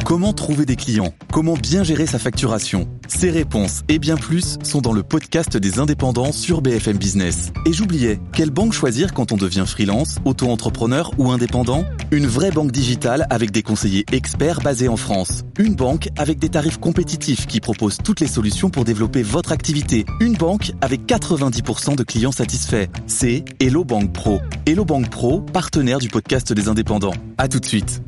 Comment trouver des clients ? Comment bien gérer sa facturation ? Ces réponses et bien plus sont dans le podcast des indépendants sur BFM Business. Et j'oubliais, quelle banque choisir quand on devient freelance, auto-entrepreneur ou indépendant ? Une vraie banque digitale avec des conseillers experts basés en France. Une banque avec des tarifs compétitifs qui propose toutes les solutions pour développer votre activité. Une banque avec 90% de clients satisfaits. C'est Hello Bank Pro. Hello Bank Pro, partenaire du podcast des indépendants. À tout de suite.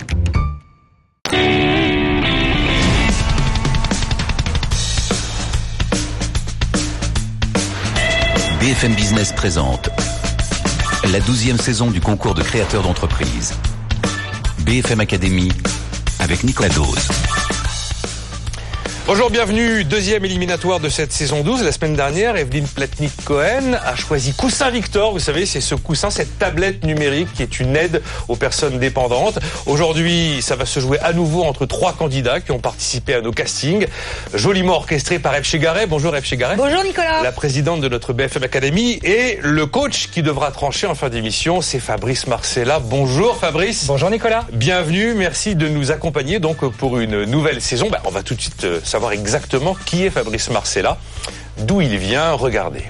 BFM Business présente la 12e saison du concours de créateurs d'entreprise. BFM Academy avec Nicolas Dose. Bonjour, bienvenue, deuxième éliminatoire de cette saison 12. La semaine dernière, Evelyne Platnik-Cohen a choisi Coussin Victor. Vous savez, c'est ce coussin, cette tablette numérique qui est une aide aux personnes dépendantes. Aujourd'hui, ça va se jouer à nouveau entre 3 candidats qui ont participé à nos castings. Joliment orchestré par Ève Chegaray. Bonjour Ève Chegaray. Bonjour Nicolas. La présidente de notre BFM Academy. Et le coach qui devra trancher en fin d'émission, c'est Fabrice Marcella. Bonjour Fabrice. Bonjour Nicolas. Bienvenue, merci de nous accompagner donc pour une nouvelle saison. On va tout de suite savoir exactement qui est Fabrice Marcella, d'où il vient, regardez.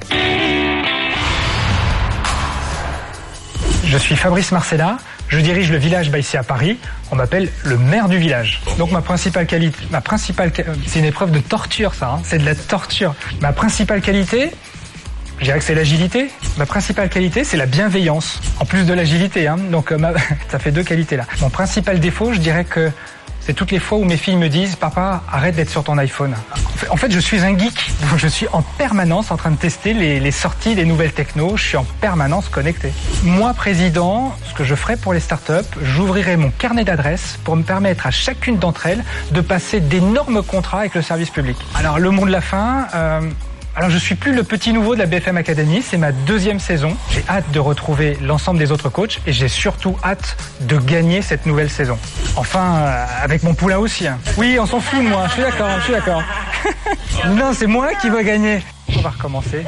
Je suis Fabrice Marcella, je dirige le village ici à Paris. On m'appelle le maire du village. Donc ma principale qualité, c'est une épreuve de torture ça, c'est de la torture. Ma principale qualité, je dirais que c'est l'agilité. Ma principale qualité, c'est la bienveillance, en plus de l'agilité. Donc ça fait 2 qualités là. Mon principal défaut, je dirais que c'est toutes les fois où mes filles me disent « Papa, arrête d'être sur ton iPhone ». En fait, je suis un geek. Donc je suis en permanence en train de tester les sorties des nouvelles technos. Je suis en permanence connecté. Moi, président, ce que je ferai pour les startups, j'ouvrirai mon carnet d'adresses pour me permettre à chacune d'entre elles de passer d'énormes contrats avec le service public. Alors, le mot de la fin... Alors je suis plus le petit nouveau de la BFM Academy, c'est ma 2e saison. J'ai hâte de retrouver l'ensemble des autres coachs et j'ai surtout hâte de gagner cette nouvelle saison. Enfin, avec mon poulain aussi. Oui, on s'en fout moi, je suis d'accord. Non, c'est moi qui veux gagner. On va recommencer.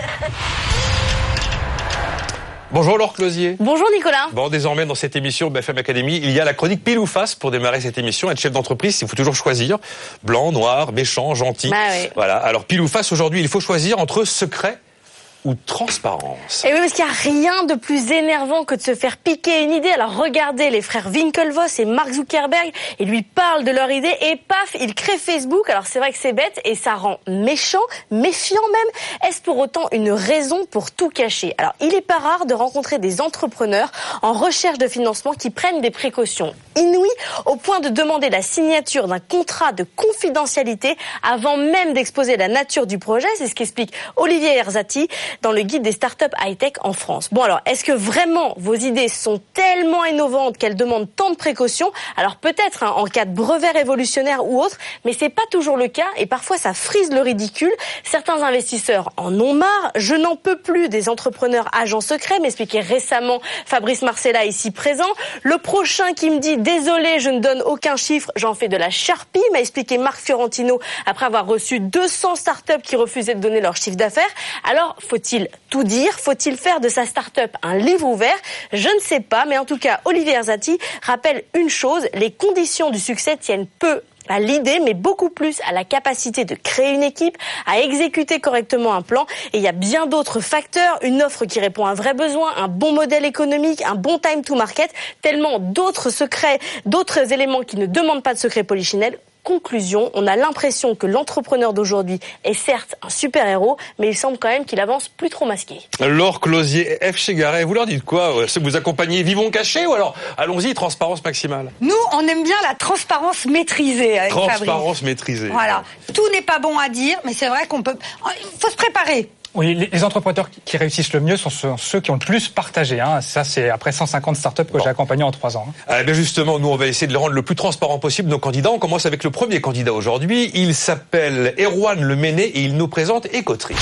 Bonjour Laure Closier. Bonjour Nicolas. Bon, désormais dans cette émission BFM Academy, il y a la chronique pile ou face pour démarrer cette émission. Être chef d'entreprise, il faut toujours choisir blanc, noir, méchant, gentil. Oui. Voilà. Alors pile ou face aujourd'hui, il faut choisir entre secret ou transparence. Et oui, parce qu'il n'y a rien de plus énervant que de se faire piquer une idée. Alors regardez, les frères Winklevoss et Mark Zuckerberg, ils lui parlent de leur idée et paf, ils créent Facebook. Alors c'est vrai que c'est bête et ça rend méchant, méfiant même. Est-ce pour autant une raison pour tout cacher ? Alors il n'est pas rare de rencontrer des entrepreneurs en recherche de financement qui prennent des précautions inouïes au point de demander la signature d'un contrat de confidentialité avant même d'exposer la nature du projet. C'est ce qu'explique Olivier Erzati dans le guide des startups high-tech en France. Bon alors, est-ce que vraiment vos idées sont tellement innovantes qu'elles demandent tant de précautions ? Alors peut-être en cas de brevet révolutionnaire ou autre, mais c'est pas toujours le cas et parfois ça frise le ridicule. Certains investisseurs en ont marre. Je n'en peux plus des entrepreneurs agents secrets, m'expliquait récemment Fabrice Marcella ici présent. Le prochain qui me dit désolé, je ne donne aucun chiffre, j'en fais de la charpie, m'a expliqué Marc Fiorentino après avoir reçu 200 startups qui refusaient de donner leur chiffre d'affaires. Alors faut-il tout dire ? Faut-il faire de sa start-up un livre ouvert ? Je ne sais pas, mais en tout cas, Olivier Erzati rappelle une chose, les conditions du succès tiennent peu à l'idée, mais beaucoup plus à la capacité de créer une équipe, à exécuter correctement un plan. Et il y a bien d'autres facteurs, une offre qui répond à un vrai besoin, un bon modèle économique, un bon time to market, tellement d'autres secrets, d'autres éléments qui ne demandent pas de secret polichinelle. Conclusion, on a l'impression que l'entrepreneur d'aujourd'hui est certes un super-héros, mais il semble quand même qu'il avance plus trop masqué. Laure Closier, Ève Chegaray, vous leur dites quoi ? Ceux que vous accompagnez, vivons cachés ou alors allons-y, transparence maximale ? Nous, on aime bien la transparence maîtrisée avec Fabrice. Transparence maîtrisée. Voilà. Tout n'est pas bon à dire, mais c'est vrai qu'on peut... Il faut se préparer. Oui, les entrepreneurs qui réussissent le mieux sont ceux qui ont le plus partagé. Ça, c'est après 150 startups que j'ai accompagné en 3 ans. Bien justement, nous, on va essayer de les rendre le plus transparent possible, nos candidats. On commence avec le premier candidat aujourd'hui. Il s'appelle Erwan Leméné et il nous présente Écoterie.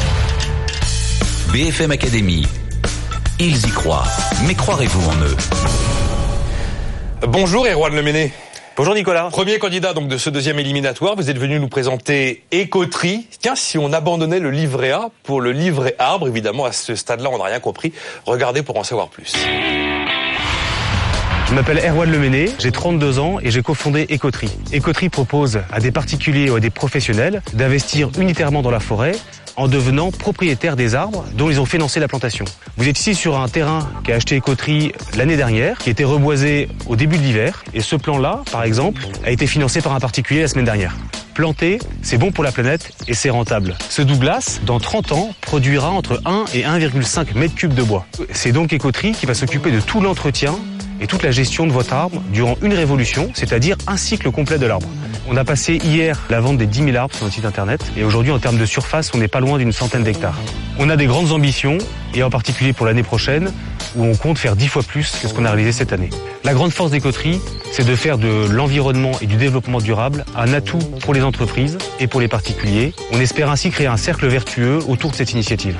BFM Academy. Ils y croient, mais croirez-vous en eux ? Bonjour Erwan Leméné. Bonjour Nicolas. Premier candidat donc de ce deuxième éliminatoire, vous êtes venu nous présenter Écoterie. Tiens, si on abandonnait le livret A pour le livret arbre, évidemment à ce stade-là on n'a rien compris. Regardez pour en savoir plus. Je m'appelle Erwan Leméné, j'ai 32 ans et j'ai cofondé Écoterie. Écoterie propose à des particuliers ou à des professionnels d'investir unitairement dans la forêt en devenant propriétaires des arbres dont ils ont financé la plantation. Vous êtes ici sur un terrain qu'a acheté Écoterie l'année dernière, qui était reboisé au début de l'hiver. Et ce plan-là, par exemple, a été financé par un particulier la semaine dernière. Planter, c'est bon pour la planète et c'est rentable. Ce Douglas, dans 30 ans, produira entre 1 et 1,5 mètres cubes de bois. C'est donc Écoterie qui va s'occuper de tout l'entretien et toute la gestion de votre arbre durant une révolution, c'est-à-dire un cycle complet de l'arbre. On a passé hier la vente des 10 000 arbres sur notre site internet et aujourd'hui en termes de surface, on n'est pas loin d'une centaine d'hectares. On a des grandes ambitions et en particulier pour l'année prochaine où on compte faire 10 fois plus que ce qu'on a réalisé cette année. La grande force d'Écoterie, c'est de faire de l'environnement et du développement durable un atout pour les entreprises et pour les particuliers. On espère ainsi créer un cercle vertueux autour de cette initiative.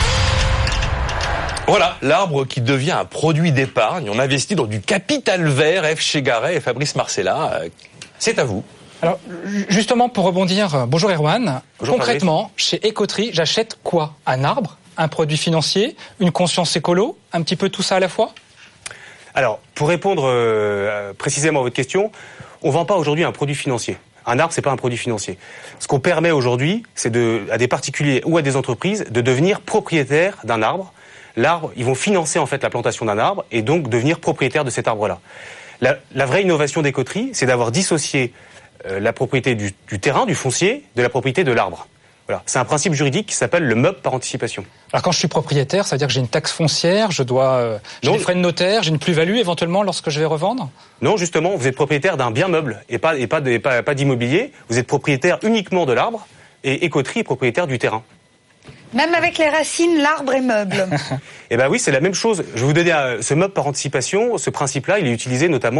Voilà, l'arbre qui devient un produit d'épargne. On investit dans du capital vert. F. Chegaray et Fabrice Marcella, c'est à vous. Alors, justement, pour rebondir, bonjour Erwan. Bonjour Concrètement, chez Écoterie, j'achète quoi? Un arbre, un produit financier, une conscience écolo, un petit peu tout ça à la fois? Alors, pour répondre précisément à votre question, on ne vend pas aujourd'hui un produit financier. Un arbre, c'est pas un produit financier. Ce qu'on permet aujourd'hui, c'est à des particuliers ou à des entreprises de devenir propriétaires d'un arbre. L'arbre, ils vont financer en fait la plantation d'un arbre et donc devenir propriétaires de cet arbre-là. La vraie innovation d'Écoterie, c'est d'avoir dissocié la propriété du terrain, du foncier, de la propriété de l'arbre. Voilà. C'est un principe juridique qui s'appelle le meuble par anticipation. Alors quand je suis propriétaire, ça veut dire que j'ai une taxe foncière, j'ai des frais de notaire, j'ai une plus-value éventuellement lorsque je vais revendre? Non, justement, vous êtes propriétaire d'un bien meuble et pas d'immobilier. Vous êtes propriétaire uniquement de l'arbre et Écoterie est propriétaire du terrain. Même avec les racines, l'arbre est meuble. Eh ben oui, c'est la même chose. Je vais vous donner ce meuble par anticipation. Ce principe-là, il est utilisé notamment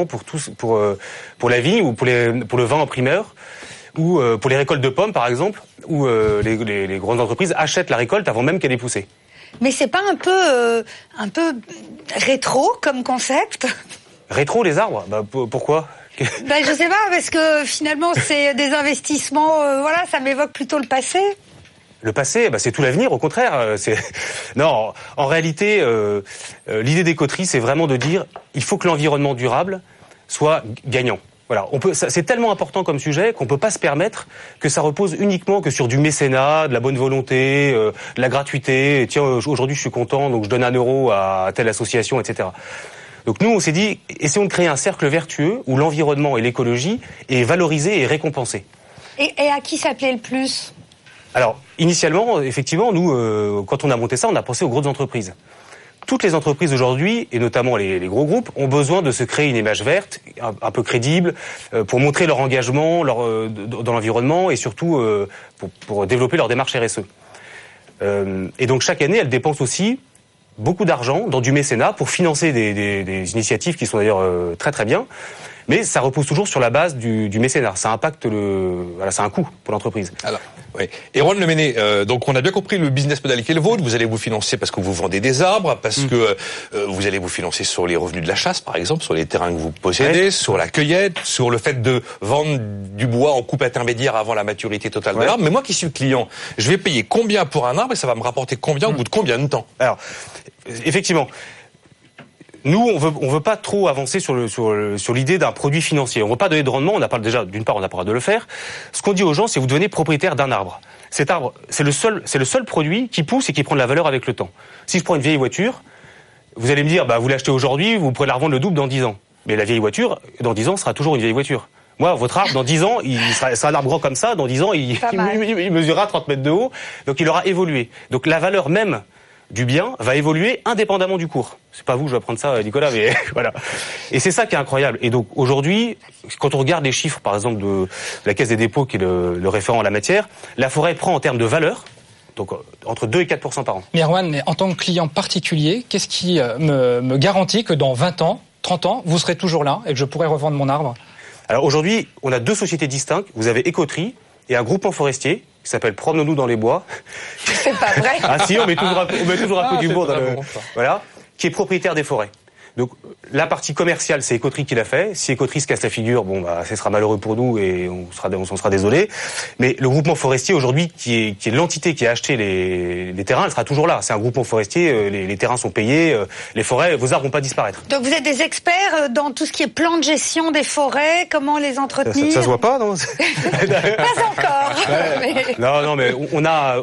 pour la vigne ou pour le vin en primeur ou pour les récoltes de pommes, par exemple, où les grandes entreprises achètent la récolte avant même qu'elle ait poussé. Mais c'est pas un peu rétro comme concept? Rétro, les arbres? Pourquoi? Je sais pas, parce que finalement, c'est des investissements, ça m'évoque plutôt le passé. Le passé, c'est tout l'avenir, au contraire. Non, en réalité, l'idée d'Écoterie, c'est vraiment de dire il faut que l'environnement durable soit gagnant. Voilà, c'est tellement important comme sujet qu'on peut pas se permettre que ça repose uniquement que sur du mécénat, de la bonne volonté, de la gratuité. Et tiens, aujourd'hui je suis content, donc je donne 1 euro à telle association, etc. Donc nous, on s'est dit, essayons de créer un cercle vertueux où l'environnement et l'écologie est valorisé et récompensé. Et à qui ça plaît le plus? Alors, initialement, effectivement, nous, quand on a monté ça, on a pensé aux grosses entreprises. Toutes les entreprises aujourd'hui, et notamment les gros groupes, ont besoin de se créer une image verte, un peu crédible, pour montrer leur engagement dans l'environnement et surtout pour développer leur démarche RSE. Et donc chaque année, elles dépensent aussi beaucoup d'argent dans du mécénat pour financer des initiatives qui sont d'ailleurs très très bien. Mais ça repose toujours sur la base du mécénat. Ça impacte c'est un coût pour l'entreprise. Alors, oui. Erwan Leméné, donc on a bien compris le business model qui est le vôtre. Vous allez vous financer parce que vous vendez des arbres, parce que vous allez vous financer sur les revenus de la chasse, par exemple, sur les terrains que vous possédez, sur la cueillette, sur le fait de vendre du bois en coupe intermédiaire avant la maturité totale de l'arbre. Mais moi qui suis client, je vais payer combien pour un arbre et ça va me rapporter combien au bout de combien de temps? Alors, effectivement. Nous, on veut pas trop avancer sur l'idée d'un produit financier. On veut pas donner de rendement. D'une part, on n'a pas le droit de le faire. Ce qu'on dit aux gens, c'est vous devenez propriétaire d'un arbre. Cet arbre, c'est le seul produit qui pousse et qui prend de la valeur avec le temps. Si je prends une vieille voiture, vous allez me dire, vous l'achetez aujourd'hui, vous pourrez la revendre le double dans 10 ans. Mais la vieille voiture, dans 10 ans, sera toujours une vieille voiture. Moi, votre arbre, dans 10 ans, il sera un arbre grand comme ça. Dans 10 ans, il mesurera 30 mètres de haut. Donc, il aura évolué. Donc, la valeur même du bien va évoluer indépendamment du cours. C'est pas vous, je vais apprendre ça, Nicolas, mais voilà. Et c'est ça qui est incroyable. Et donc aujourd'hui, quand on regarde les chiffres, par exemple de la Caisse des dépôts, qui est le référent en la matière, la forêt prend en termes de valeur, donc entre 2 et 4% par an. Mais Erwan, en tant que client particulier, qu'est-ce qui me garantit que dans 20 ans, 30 ans, vous serez toujours là et que je pourrai revendre mon arbre? Alors aujourd'hui, on a 2 sociétés distinctes. Vous avez Écoterie et un groupement forestier qui s'appelle Promenons-nous dans les bois. C'est pas vrai. Ah si, on met toujours un peu d'humour dans voilà, qui est propriétaire des forêts. Donc la partie commerciale, c'est Écoterie qui l'a fait. Si Écoterie se casse la figure, bon bah ce sera malheureux pour nous et on s'en sera désolé. Mais le groupement forestier aujourd'hui, qui est l'entité qui a acheté les terrains, elle sera toujours là. C'est un groupement forestier, les terrains sont payés, les forêts, vos arbres vont pas disparaître. Donc vous êtes des experts dans tout ce qui est plan de gestion des forêts, comment les entretenir. Ça se voit pas, non? Pas encore. Mais... Non, mais on a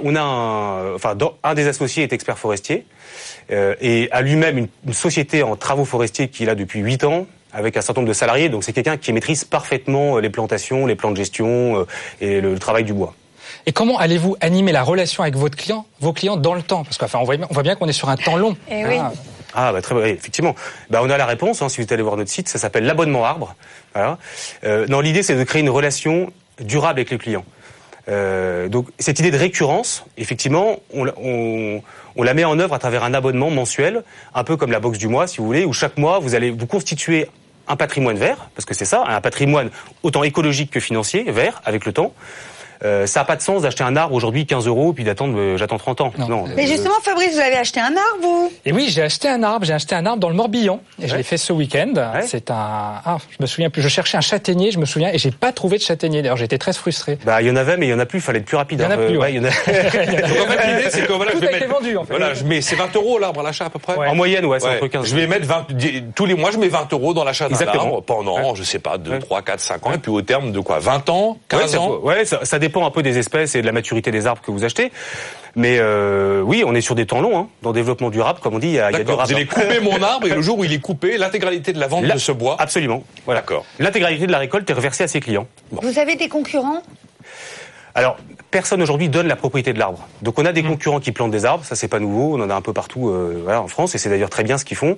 un des associés est expert forestier. Et a lui-même une société en travaux forestiers qu'il a depuis 8 ans, avec un certain nombre de salariés. Donc c'est quelqu'un qui maîtrise parfaitement les plantations, les plans de gestion et le travail du bois. Et comment allez-vous animer la relation avec vos clients dans le temps? Parce qu'on voit bien qu'on est sur un temps long. Et oui. Très bien, effectivement. On a la réponse, si vous allez voir notre site, ça s'appelle l'abonnement arbre. Voilà. L'idée, c'est de créer une relation durable avec les clients. Donc cette idée de récurrence, effectivement, on la met en œuvre à travers un abonnement mensuel, un peu comme la box du mois, si vous voulez, où chaque mois vous allez vous constituer un patrimoine vert, parce que c'est ça, un patrimoine autant écologique que financier, vert, avec le temps. Ça n'a pas de sens d'acheter un arbre aujourd'hui 15 € puis d'attendre, j'attends 30 ans. Non. Mais justement, Fabrice, vous avez acheté un arbre, vous? Et oui, j'ai acheté un arbre dans le Morbihan. Et je l'ai fait ce week-end. Ouais. C'est je me souviens plus. Je cherchais un châtaignier, je me souviens, et j'ai pas trouvé de châtaignier. D'ailleurs, j'étais très frustré. Il y en avait, mais il y en a plus, il fallait être plus rapide. Il y en a plus, Donc en fait, l'idée, c'est que tout a été vendu, en fait. Voilà, c'est 20 € l'arbre à l'achat à peu près. Ouais. En moyenne, c'est entre 15. Je vais mettre tous les mois, je mets 20 € dans l'achat d'un arbre pendant, je sais pas, 2, 3, 4, 5 ans. Et puis au terme de quoi? 20 ans? 15 ans? Ça dépend un peu des espèces et de la maturité des arbres que vous achetez. Mais oui, on est sur des temps longs. Dans le développement durable, comme on dit, il y a du rap. Vous allez couper mon arbre et le jour où il est coupé, l'intégralité de la vente de ce bois. Absolument. Voilà. D'accord. L'intégralité de la récolte est reversée à ses clients. Bon. Vous avez des concurrents? Alors, personne aujourd'hui donne la propriété de l'arbre. Donc on a des concurrents qui plantent des arbres, ça c'est pas nouveau, on en a un peu partout en France, et c'est d'ailleurs très bien ce qu'ils font.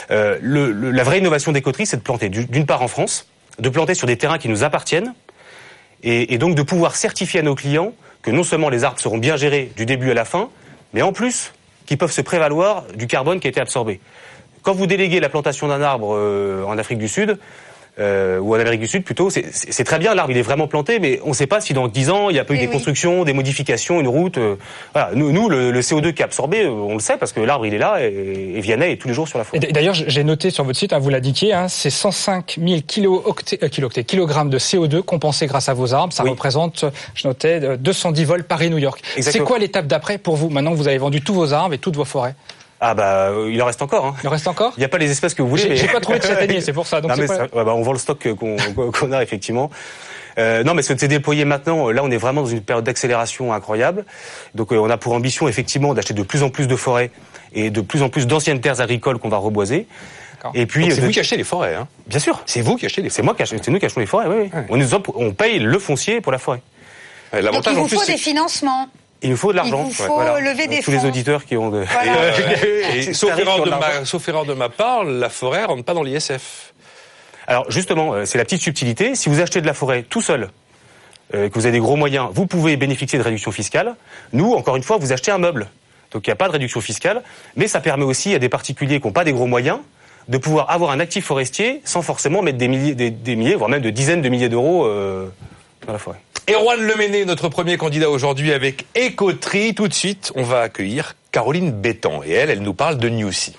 La vraie innovation d'Écoterie, c'est de planter d'une part en France, de planter sur des terrains qui nous appartiennent, et donc de pouvoir certifier à nos clients que non seulement les arbres seront bien gérés du début à la fin, mais en plus qu'ils peuvent se prévaloir du carbone qui a été absorbé. Quand vous déléguez la plantation d'un arbre en Afrique du Sud, ou en Amérique du Sud plutôt, c'est très bien, l'arbre il est vraiment planté, mais on ne sait pas si dans 10 ans il n'y a pas eu des constructions, des modifications, une route. Voilà. Nous le CO2 qui est absorbé, on le sait parce que l'arbre il est là et Vianney est tous les jours sur la forêt. D'ailleurs, j'ai noté sur votre site, vous l'indiquiez, c'est 105 000 kilogrammes de CO2 compensés grâce à vos arbres. Ça représente, je notais, 210 vols Paris-New York. C'est quoi l'étape d'après pour vous, maintenant que vous avez vendu tous vos arbres et toutes vos forêts? Il en reste encore. Il en reste encore? Il n'y a pas les espèces que vous voulez. J'ai pas trouvé de châtaignier, c'est pour ça. Donc on vend le stock qu'on a effectivement. Non, mais c'est déployé maintenant. Là, on est vraiment dans une période d'accélération incroyable. Donc, on a pour ambition effectivement d'acheter de plus en plus de forêts et de plus en plus d'anciennes terres agricoles qu'on va reboiser. Et puis, c'est vous qui achetez les forêts, hein? Bien sûr. C'est vous qui achetez les forêts. C'est nous qui achetons les forêts. Oui. On paye le foncier pour la forêt. Donc, il vous faut des financements. Il nous faut de l'argent. Il vous faut lever des fonds. Tous les auditeurs qui ont sauf erreur de ma part, la forêt rentre pas dans l'ISF. Alors justement, c'est la petite subtilité. Si vous achetez de la forêt tout seul, que vous avez des gros moyens, vous pouvez bénéficier de réduction fiscale. Nous, encore une fois, vous achetez un meuble. Donc il n'y a pas de réduction fiscale. Mais ça permet aussi à des particuliers qui n'ont pas des gros moyens de pouvoir avoir un actif forestier sans forcément mettre des milliers, voire même de dizaines de milliers d'euros dans la forêt. Erwan Leméné, notre premier candidat aujourd'hui avec Écoterie. Tout de suite, on va accueillir Caroline Bétan. Et elle nous parle de Newsy.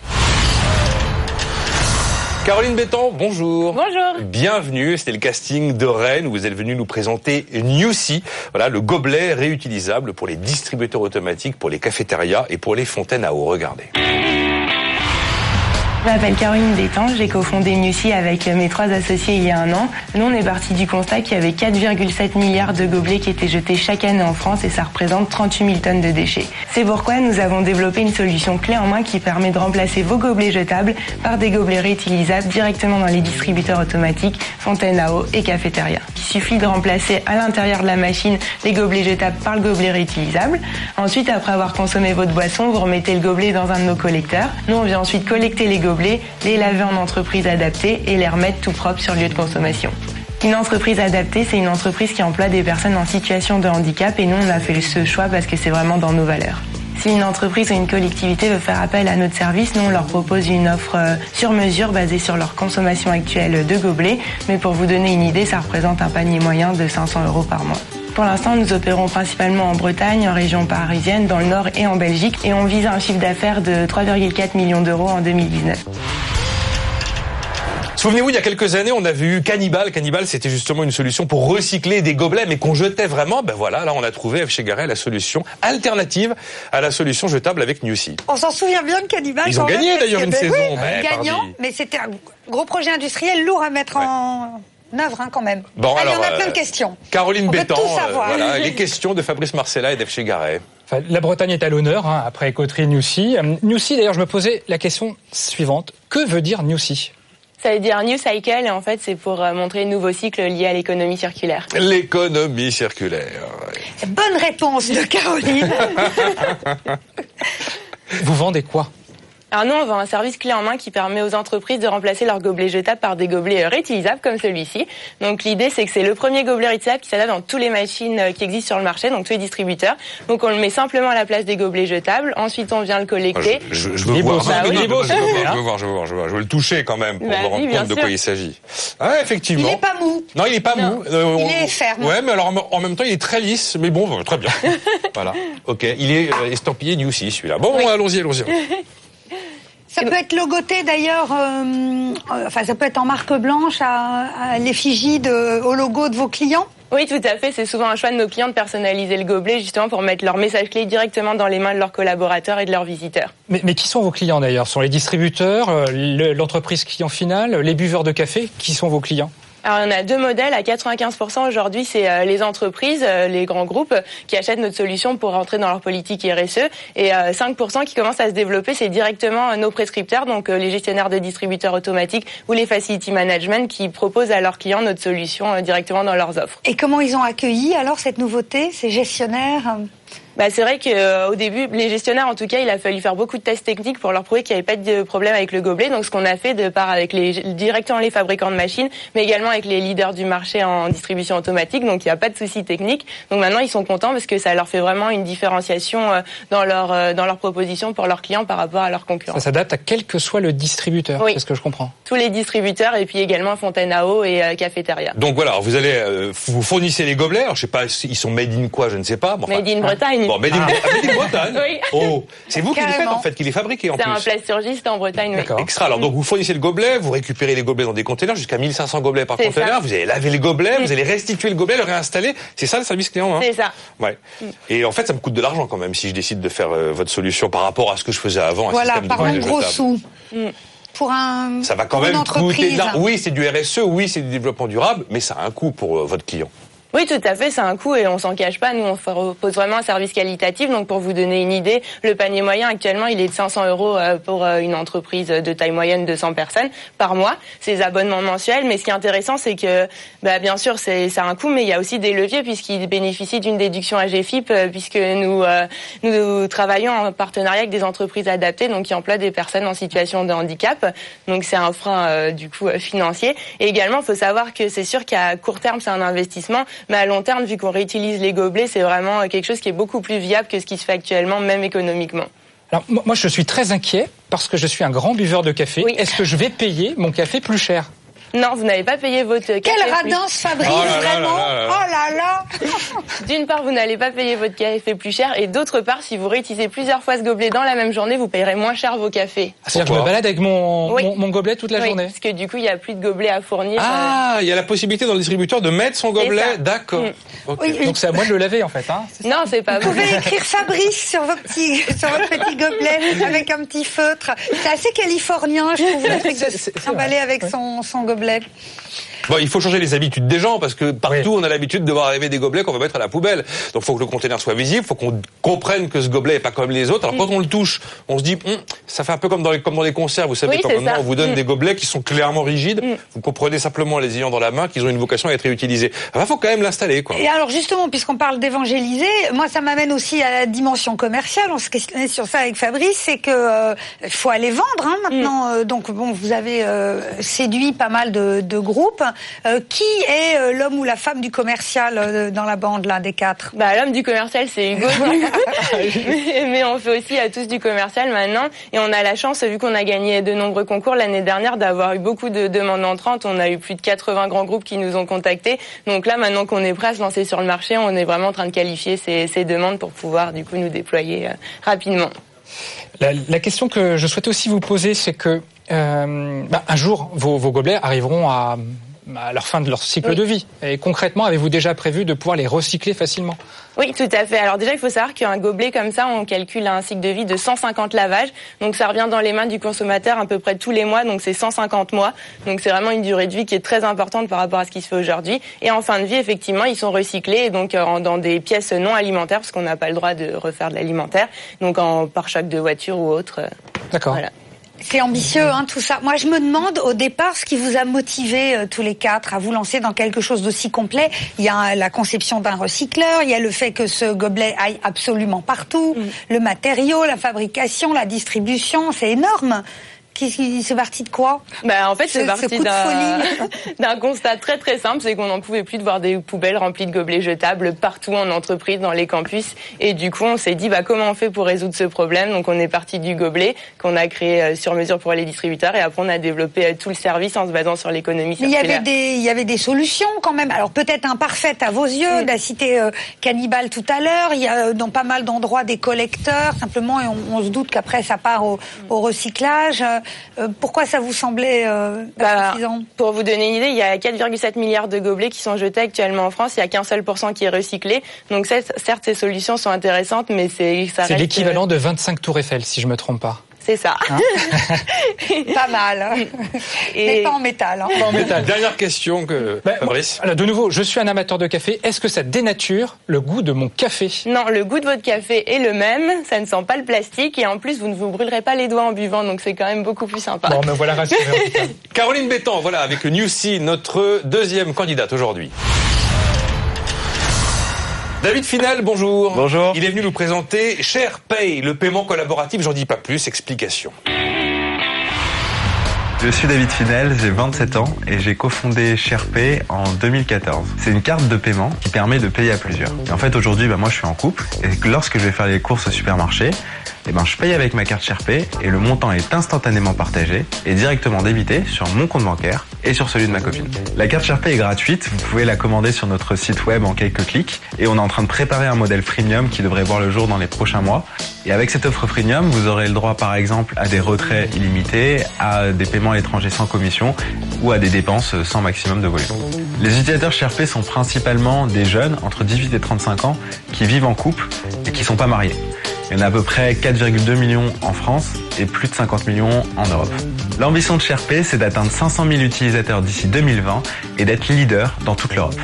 Caroline Bétan, bonjour. Bonjour. Bienvenue, c'était le casting de Rennes où vous êtes venu nous présenter Newsy. Voilà, le gobelet réutilisable pour les distributeurs automatiques, pour les cafétérias et pour les fontaines à eau. Regardez. Je m'appelle Caroline Bétan, j'ai cofondé Newsy avec mes 3 associés il y a 1 an. Nous, on est parti du constat qu'il y avait 4,7 milliards de gobelets qui étaient jetés chaque année en France et ça représente 38 000 tonnes de déchets. C'est pourquoi nous avons développé une solution clé en main qui permet de remplacer vos gobelets jetables par des gobelets réutilisables directement dans les distributeurs automatiques, fontaines à eau et cafétérias. Il suffit de remplacer à l'intérieur de la machine les gobelets jetables par le gobelet réutilisable. Ensuite, après avoir consommé votre boisson, vous remettez le gobelet dans un de nos collecteurs. Nous, on vient ensuite collecter les gobelets, les laver en entreprise adaptée et les remettre tout propre sur le lieu de consommation. Une entreprise adaptée, c'est une entreprise qui emploie des personnes en situation de handicap et nous, on a fait ce choix parce que c'est vraiment dans nos valeurs. Si une entreprise ou une collectivité veut faire appel à notre service, nous, on leur propose une offre sur mesure basée sur leur consommation actuelle de gobelets. Mais pour vous donner une idée, ça représente un panier moyen de 500 € par mois. Pour l'instant, nous opérons principalement en Bretagne, en région parisienne, dans le Nord et en Belgique. Et on vise un chiffre d'affaires de 3,4 millions d'euros en 2019. Souvenez-vous, il y a quelques années, on avait eu Cannibal. Cannibal, c'était justement une solution pour recycler des gobelets, mais qu'on jetait vraiment. Ben voilà, là, on a trouvé chez Garrett la solution alternative à la solution jetable avec Newsy. On s'en souvient bien de Cannibal. Ils ont gagné d'ailleurs une saison. Oui, gagnant, mais c'était un gros projet industriel lourd à mettre en œuvre quand même. Bon, alors, on a plein de questions. Caroline Bétan, voilà, les questions de Fabrice Marcella et d'F. Garrett. Enfin, la Bretagne est à l'honneur, après Écoterie, Newsy. Newsy, d'ailleurs, je me posais la question suivante. Que veut dire Newsy ? Ça veut dire New Cycle, et en fait, c'est pour montrer le nouveau cycle lié à l'économie circulaire. L'économie circulaire. Ouais. Bonne réponse de Caroline. Vous vendez quoi ? Alors nous, on vend un service clé en main qui permet aux entreprises de remplacer leurs gobelets jetables par des gobelets réutilisables comme celui-ci. Donc l'idée, c'est que c'est le premier gobelet réutilisable qui s'adapte dans toutes les machines qui existent sur le marché, donc tous les distributeurs. Donc on le met simplement à la place des gobelets jetables. Ensuite, on vient le collecter. Je veux voir. Je veux le toucher quand même pour me rendre compte de quoi il s'agit. Ah, effectivement. Il est pas mou. Non, il est pas mou. Il est ferme. Ouais, mais alors en même temps, il est très lisse. Mais bon, très bien. Voilà. Ok. Il est estampillé Newsy, celui-là. Bon, allons-y. Ça peut être logoté d'ailleurs, ça peut être en marque blanche à l'effigie au logo de vos clients. Oui, tout à fait. C'est souvent un choix de nos clients de personnaliser le gobelet justement pour mettre leur message clé directement dans les mains de leurs collaborateurs et de leurs visiteurs. Mais qui sont vos clients d'ailleurs ? Ce sont les distributeurs, l'entreprise client final, les buveurs de café ? Qui sont vos clients ? Alors, on a deux modèles. À 95% aujourd'hui, c'est les entreprises, les grands groupes qui achètent notre solution pour rentrer dans leur politique RSE. Et 5% qui commencent à se développer, c'est directement nos prescripteurs, donc les gestionnaires de distributeurs automatiques ou les facility management qui proposent à leurs clients notre solution directement dans leurs offres. Et comment ils ont accueilli alors cette nouveauté, ces gestionnaires ? C'est vrai qu'au début, les gestionnaires, en tout cas, il a fallu faire beaucoup de tests techniques pour leur prouver qu'il n'y avait pas de problème avec le gobelet. Donc, ce qu'on a fait de part avec directement les fabricants de machines, mais également avec les leaders du marché en distribution automatique. Donc, il n'y a pas de souci technique. Donc, maintenant, ils sont contents parce que ça leur fait vraiment une différenciation dans leur proposition pour leurs clients par rapport à leurs concurrents. Ça s'adapte à quel que soit le distributeur, oui. C'est ce que je comprends. Tous les distributeurs et puis également Fontaine à eau et Cafétéria. Donc voilà, vous fournissez les gobelets. Alors, je sais pas, ils sont made in quoi, je ne sais pas. Made in Bretagne. Bon, made in Bretagne. Oui. Oh, c'est vous qui les faites en fait, qui les fabriquez en plus. C'est un plasturgiste en Bretagne. D'accord. Oui. Extra. Alors donc vous fournissez le gobelet, vous récupérez les gobelets dans des containers jusqu'à 1500 gobelets par container. Vous allez laver les gobelets, vous allez restituer le gobelet, le réinstaller. C'est ça le service client, hein ? C'est ça. Ouais. Et en fait, ça me coûte de l'argent quand même si je décide de faire votre solution par rapport à ce que je faisais avant. Voilà, par un gros sou. Pour ça va quand même coûter de l'argent. Oui, c'est du RSE, oui, c'est du développement durable, mais ça a un coût pour votre client. Oui, tout à fait, c'est un coût et on s'en cache pas. Nous, on propose vraiment un service qualitatif. Donc, pour vous donner une idée, le panier moyen actuellement, il est de 500 € pour une entreprise de taille moyenne de 100 personnes par mois. C'est des abonnements mensuels. Mais ce qui est intéressant, c'est que, bien sûr, ça a un coût, mais il y a aussi des leviers puisqu'ils bénéficient d'une déduction AGFIP puisque nous travaillons en partenariat avec des entreprises adaptées, donc qui emploient des personnes en situation de handicap. Donc, c'est un frein financier. Et également, il faut savoir que c'est sûr qu'à court terme, c'est un investissement. Mais à long terme, vu qu'on réutilise les gobelets, c'est vraiment quelque chose qui est beaucoup plus viable que ce qui se fait actuellement, même économiquement. Alors, moi, je suis très inquiet parce que je suis un grand buveur de café. Oui. Est-ce que je vais payer mon café plus cher ? Non, vous n'avez pas payé votre café. Quelle radance, Fabrice, vraiment. Oh là là. D'une part, vous n'allez pas payer votre café plus cher, et d'autre part, si vous réutilisez plusieurs fois ce gobelet dans la même journée, vous payerez moins cher vos cafés. C'est-à-dire que je me balade avec mon gobelet toute la journée. Parce que du coup, il n'y a plus de gobelets à fournir. Ah, il y a la possibilité dans le distributeur de mettre son gobelet. D'accord. Okay. Oui. Donc c'est à moi de le laver en fait, hein. Non, c'est pas vous. Vous pouvez écrire Fabrice sur votre petit gobelet avec un petit feutre. C'est assez californien, je trouve, le truc de s'emballer avec son gobelet. Bon, il faut changer les habitudes des gens parce que partout on a l'habitude de voir arriver des gobelets qu'on va mettre à la poubelle. Donc il faut que le conteneur soit visible, il faut qu'on comprenne que ce gobelet est pas comme les autres. Alors quand on le touche, on se dit ça fait un peu comme dans les concerts, vous savez, quand maintenant on vous donne des gobelets qui sont clairement rigides, vous comprenez simplement en les ayant dans la main qu'ils ont une vocation à être réutilisés. Il faut quand même l'installer, quoi. Et alors justement, puisqu'on parle d'évangéliser, moi ça m'amène aussi à la dimension commerciale. On se questionnait sur ça avec Fabrice, c'est que faut aller vendre maintenant. Donc bon, vous avez séduit pas mal de groupes. Qui est l'homme ou la femme du commercial dans la bande là des quatre ? L'homme du commercial c'est Hugo, mais on fait aussi à tous du commercial maintenant, et on a la chance, vu qu'on a gagné de nombreux concours l'année dernière, d'avoir eu beaucoup de demandes entrantes. On a eu plus de 80 grands groupes qui nous ont contactés. Donc là, maintenant qu'on est prêt à se lancer sur le marché, on est vraiment en train de qualifier ces demandes pour pouvoir du coup nous déployer rapidement. La question que je souhaitais aussi vous poser, c'est que Un jour, vos gobelets arriveront à leur fin de leur cycle de vie. Et concrètement, avez-vous déjà prévu de pouvoir les recycler facilement ? Oui, tout à fait. Alors déjà, il faut savoir qu'un gobelet comme ça, on calcule un cycle de vie de 150 lavages. Donc ça revient dans les mains du consommateur à peu près tous les mois. Donc c'est 150 mois. Donc c'est vraiment une durée de vie qui est très importante par rapport à ce qui se fait aujourd'hui. Et en fin de vie, effectivement, ils sont recyclés et donc dans des pièces non alimentaires parce qu'on n'a pas le droit de refaire de l'alimentaire. Donc en pare-choc de voiture ou autre. D'accord. Voilà. C'est ambitieux, tout ça. Moi, je me demande au départ ce qui vous a motivé tous les quatre à vous lancer dans quelque chose d'aussi complet. Il y a la conception d'un recycleur, il y a le fait que ce gobelet aille absolument partout, le matériau, la fabrication, la distribution, c'est énorme. C'est parti de quoi ? En fait, c'est parti d'un constat très très simple, c'est qu'on n'en pouvait plus de voir des poubelles remplies de gobelets jetables partout en entreprise, dans les campus. Et du coup, on s'est dit, comment on fait pour résoudre ce problème ? Donc, on est parti du gobelet qu'on a créé sur mesure pour les distributeurs. Et après, on a développé tout le service en se basant sur l'économie circulaire. Mais il y avait des solutions quand même. Alors, peut-être imparfaites à vos yeux. La cité Cannibale tout à l'heure. Il y a dans pas mal d'endroits des collecteurs. Simplement, et on se doute qu'après, ça part au recyclage. Pourquoi ça vous semblait insuffisant ? Pour vous donner une idée, il y a 4,7 milliards de gobelets qui sont jetés actuellement en France. Il n'y a qu'un seul % qui est recyclé. Donc certes, ces solutions sont intéressantes, mais c'est l'équivalent de 25 tours Eiffel, si je me trompe pas. C'est ça. Pas mal. Mais pas en métal. Pas en métal. Dernière question Fabrice. Alors, de nouveau, je suis un amateur de café. Est-ce que ça dénature le goût de mon café ? Non, le goût de votre café est le même. Ça ne sent pas le plastique et en plus, vous ne vous brûlerez pas les doigts en buvant. Donc c'est quand même beaucoup plus sympa. Bon, me voilà rassuré. Caroline Bétan, avec le Newsy, notre deuxième candidate aujourd'hui. David Finel, bonjour. Bonjour. Il est venu nous présenter SharePay, le paiement collaboratif. J'en dis pas plus, explication. Je suis David Finel, j'ai 27 ans et j'ai cofondé SharePay en 2014. C'est une carte de paiement qui permet de payer à plusieurs. Et en fait, aujourd'hui, moi je suis en couple et lorsque je vais faire les courses au supermarché, je paye avec ma carte SharePay et le montant est instantanément partagé et directement débité sur mon compte bancaire et sur celui de ma copine. La carte SharePay est gratuite, vous pouvez la commander sur notre site web en quelques clics et on est en train de préparer un modèle freemium qui devrait voir le jour dans les prochains mois. Et avec cette offre freemium, vous aurez le droit par exemple à des retraits illimités, à des paiements à l'étranger sans commission ou à des dépenses sans maximum de volume. Les utilisateurs SharePay sont principalement des jeunes entre 18 et 35 ans qui vivent en couple et qui ne sont pas mariés. Il y en a à peu près 4,2 millions en France et plus de 50 millions en Europe. L'ambition de SharePay, c'est d'atteindre 500 000 utilisateurs d'ici 2020 et d'être leader dans toute l'Europe.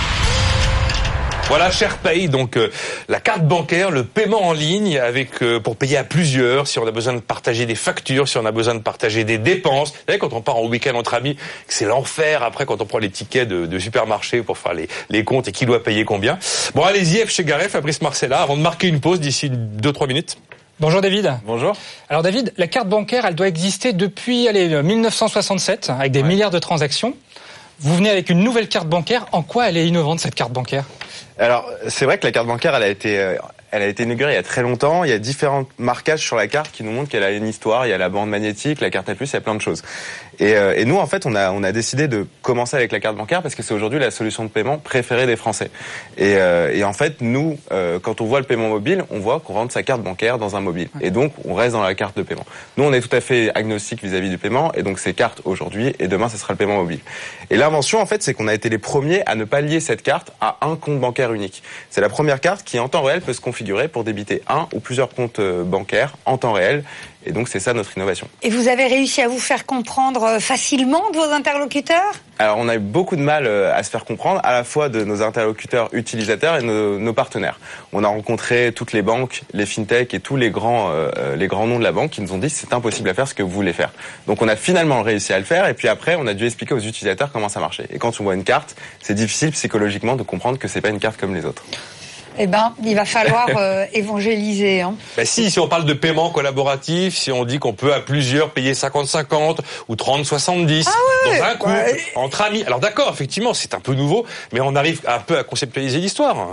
Voilà SharePay, donc la carte bancaire, le paiement en ligne pour payer à plusieurs, si on a besoin de partager des factures, si on a besoin de partager des dépenses. Vous savez, quand on part en week-end entre amis, c'est l'enfer après quand on prend les tickets de supermarché pour faire les comptes et qui doit payer combien. Bon, allez-y, F. Chegaray, Fabrice Marcella, avant de marquer une pause d'ici 2-3 minutes. Bonjour David. Bonjour. Alors David, la carte bancaire, elle doit exister depuis 1967 avec des milliards de transactions. Vous venez avec une nouvelle carte bancaire. En quoi elle est innovante cette carte bancaire ? Alors, c'est vrai que la carte bancaire, elle a été inaugurée il y a très longtemps. Il y a différents marquages sur la carte qui nous montrent qu'elle a une histoire. Il y a la bande magnétique, la carte à puce, il y a plein de choses. Et nous, en fait, on a décidé de commencer avec la carte bancaire parce que c'est aujourd'hui la solution de paiement préférée des Français. Et en fait, nous, quand on voit le paiement mobile, on voit qu'on rentre sa carte bancaire dans un mobile. Et donc, on reste dans la carte de paiement. Nous, on est tout à fait agnostique vis-à-vis du paiement. Et donc, c'est carte aujourd'hui et demain, ce sera le paiement mobile. Et l'invention, en fait, c'est qu'on a été les premiers à ne pas lier cette carte à un compte bancaire unique. C'est la première carte qui, en temps réel, peut se configurer pour débiter un ou plusieurs comptes bancaires en temps réel. Et donc, c'est ça notre innovation. Et vous avez réussi à vous faire comprendre facilement de vos interlocuteurs ? Alors, on a eu beaucoup de mal à se faire comprendre, à la fois de nos interlocuteurs utilisateurs et nos partenaires. On a rencontré toutes les banques, les fintechs et tous les grands noms de la banque qui nous ont dit que c'est impossible à faire ce que vous voulez faire. Donc, on a finalement réussi à le faire. Et puis après, on a dû expliquer aux utilisateurs comment ça marchait. Et quand on voit une carte, c'est difficile psychologiquement de comprendre que c'est pas une carte comme les autres. Il va falloir évangéliser. Si on parle de paiement collaboratif, si on dit qu'on peut à plusieurs payer 50-50 ou 30-70 dans un couple, entre amis. Alors d'accord, effectivement, c'est un peu nouveau, mais on arrive un peu à conceptualiser l'histoire.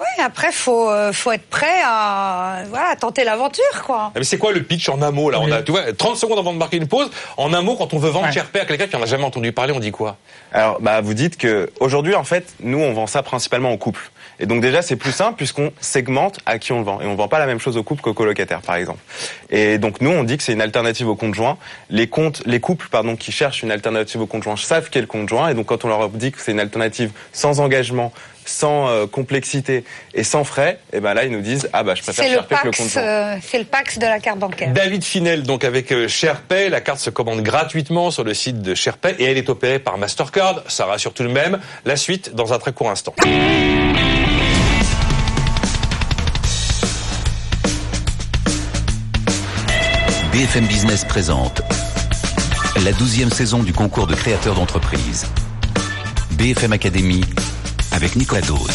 Oui, après, faut être prêt à tenter l'aventure, quoi. Mais c'est quoi le pitch en un mot, là? On a, tu vois, 30 secondes avant de marquer une pause. En un mot, quand on veut vendre Sherpay à quelqu'un qui en a jamais entendu parler, on dit quoi? Alors, vous dites que aujourd'hui, en fait, nous, on vend ça principalement aux couples. Et donc déjà, c'est plus simple puisqu'on segmente à qui on le vend. Et on vend pas la même chose aux couples qu'aux colocataires, par exemple. Et donc nous, on dit que c'est une alternative au compte joint. Les couples, qui cherchent une alternative au compte joint savent qu'est le compte joint. Et donc quand on leur dit que c'est une alternative sans engagement, sans complexité et sans frais, et ben là ils nous disent je préfère Sherpay que le compte joint. C'est le Pax de la carte bancaire. David Finel, donc avec Sherpay, la carte se commande gratuitement sur le site de Sherpay et elle est opérée par Mastercard. Ça rassure tout de même. La suite dans un très court instant. BFM Business présente la 12e saison du concours de créateurs d'entreprise. BFM Academy avec Nicolas Dose.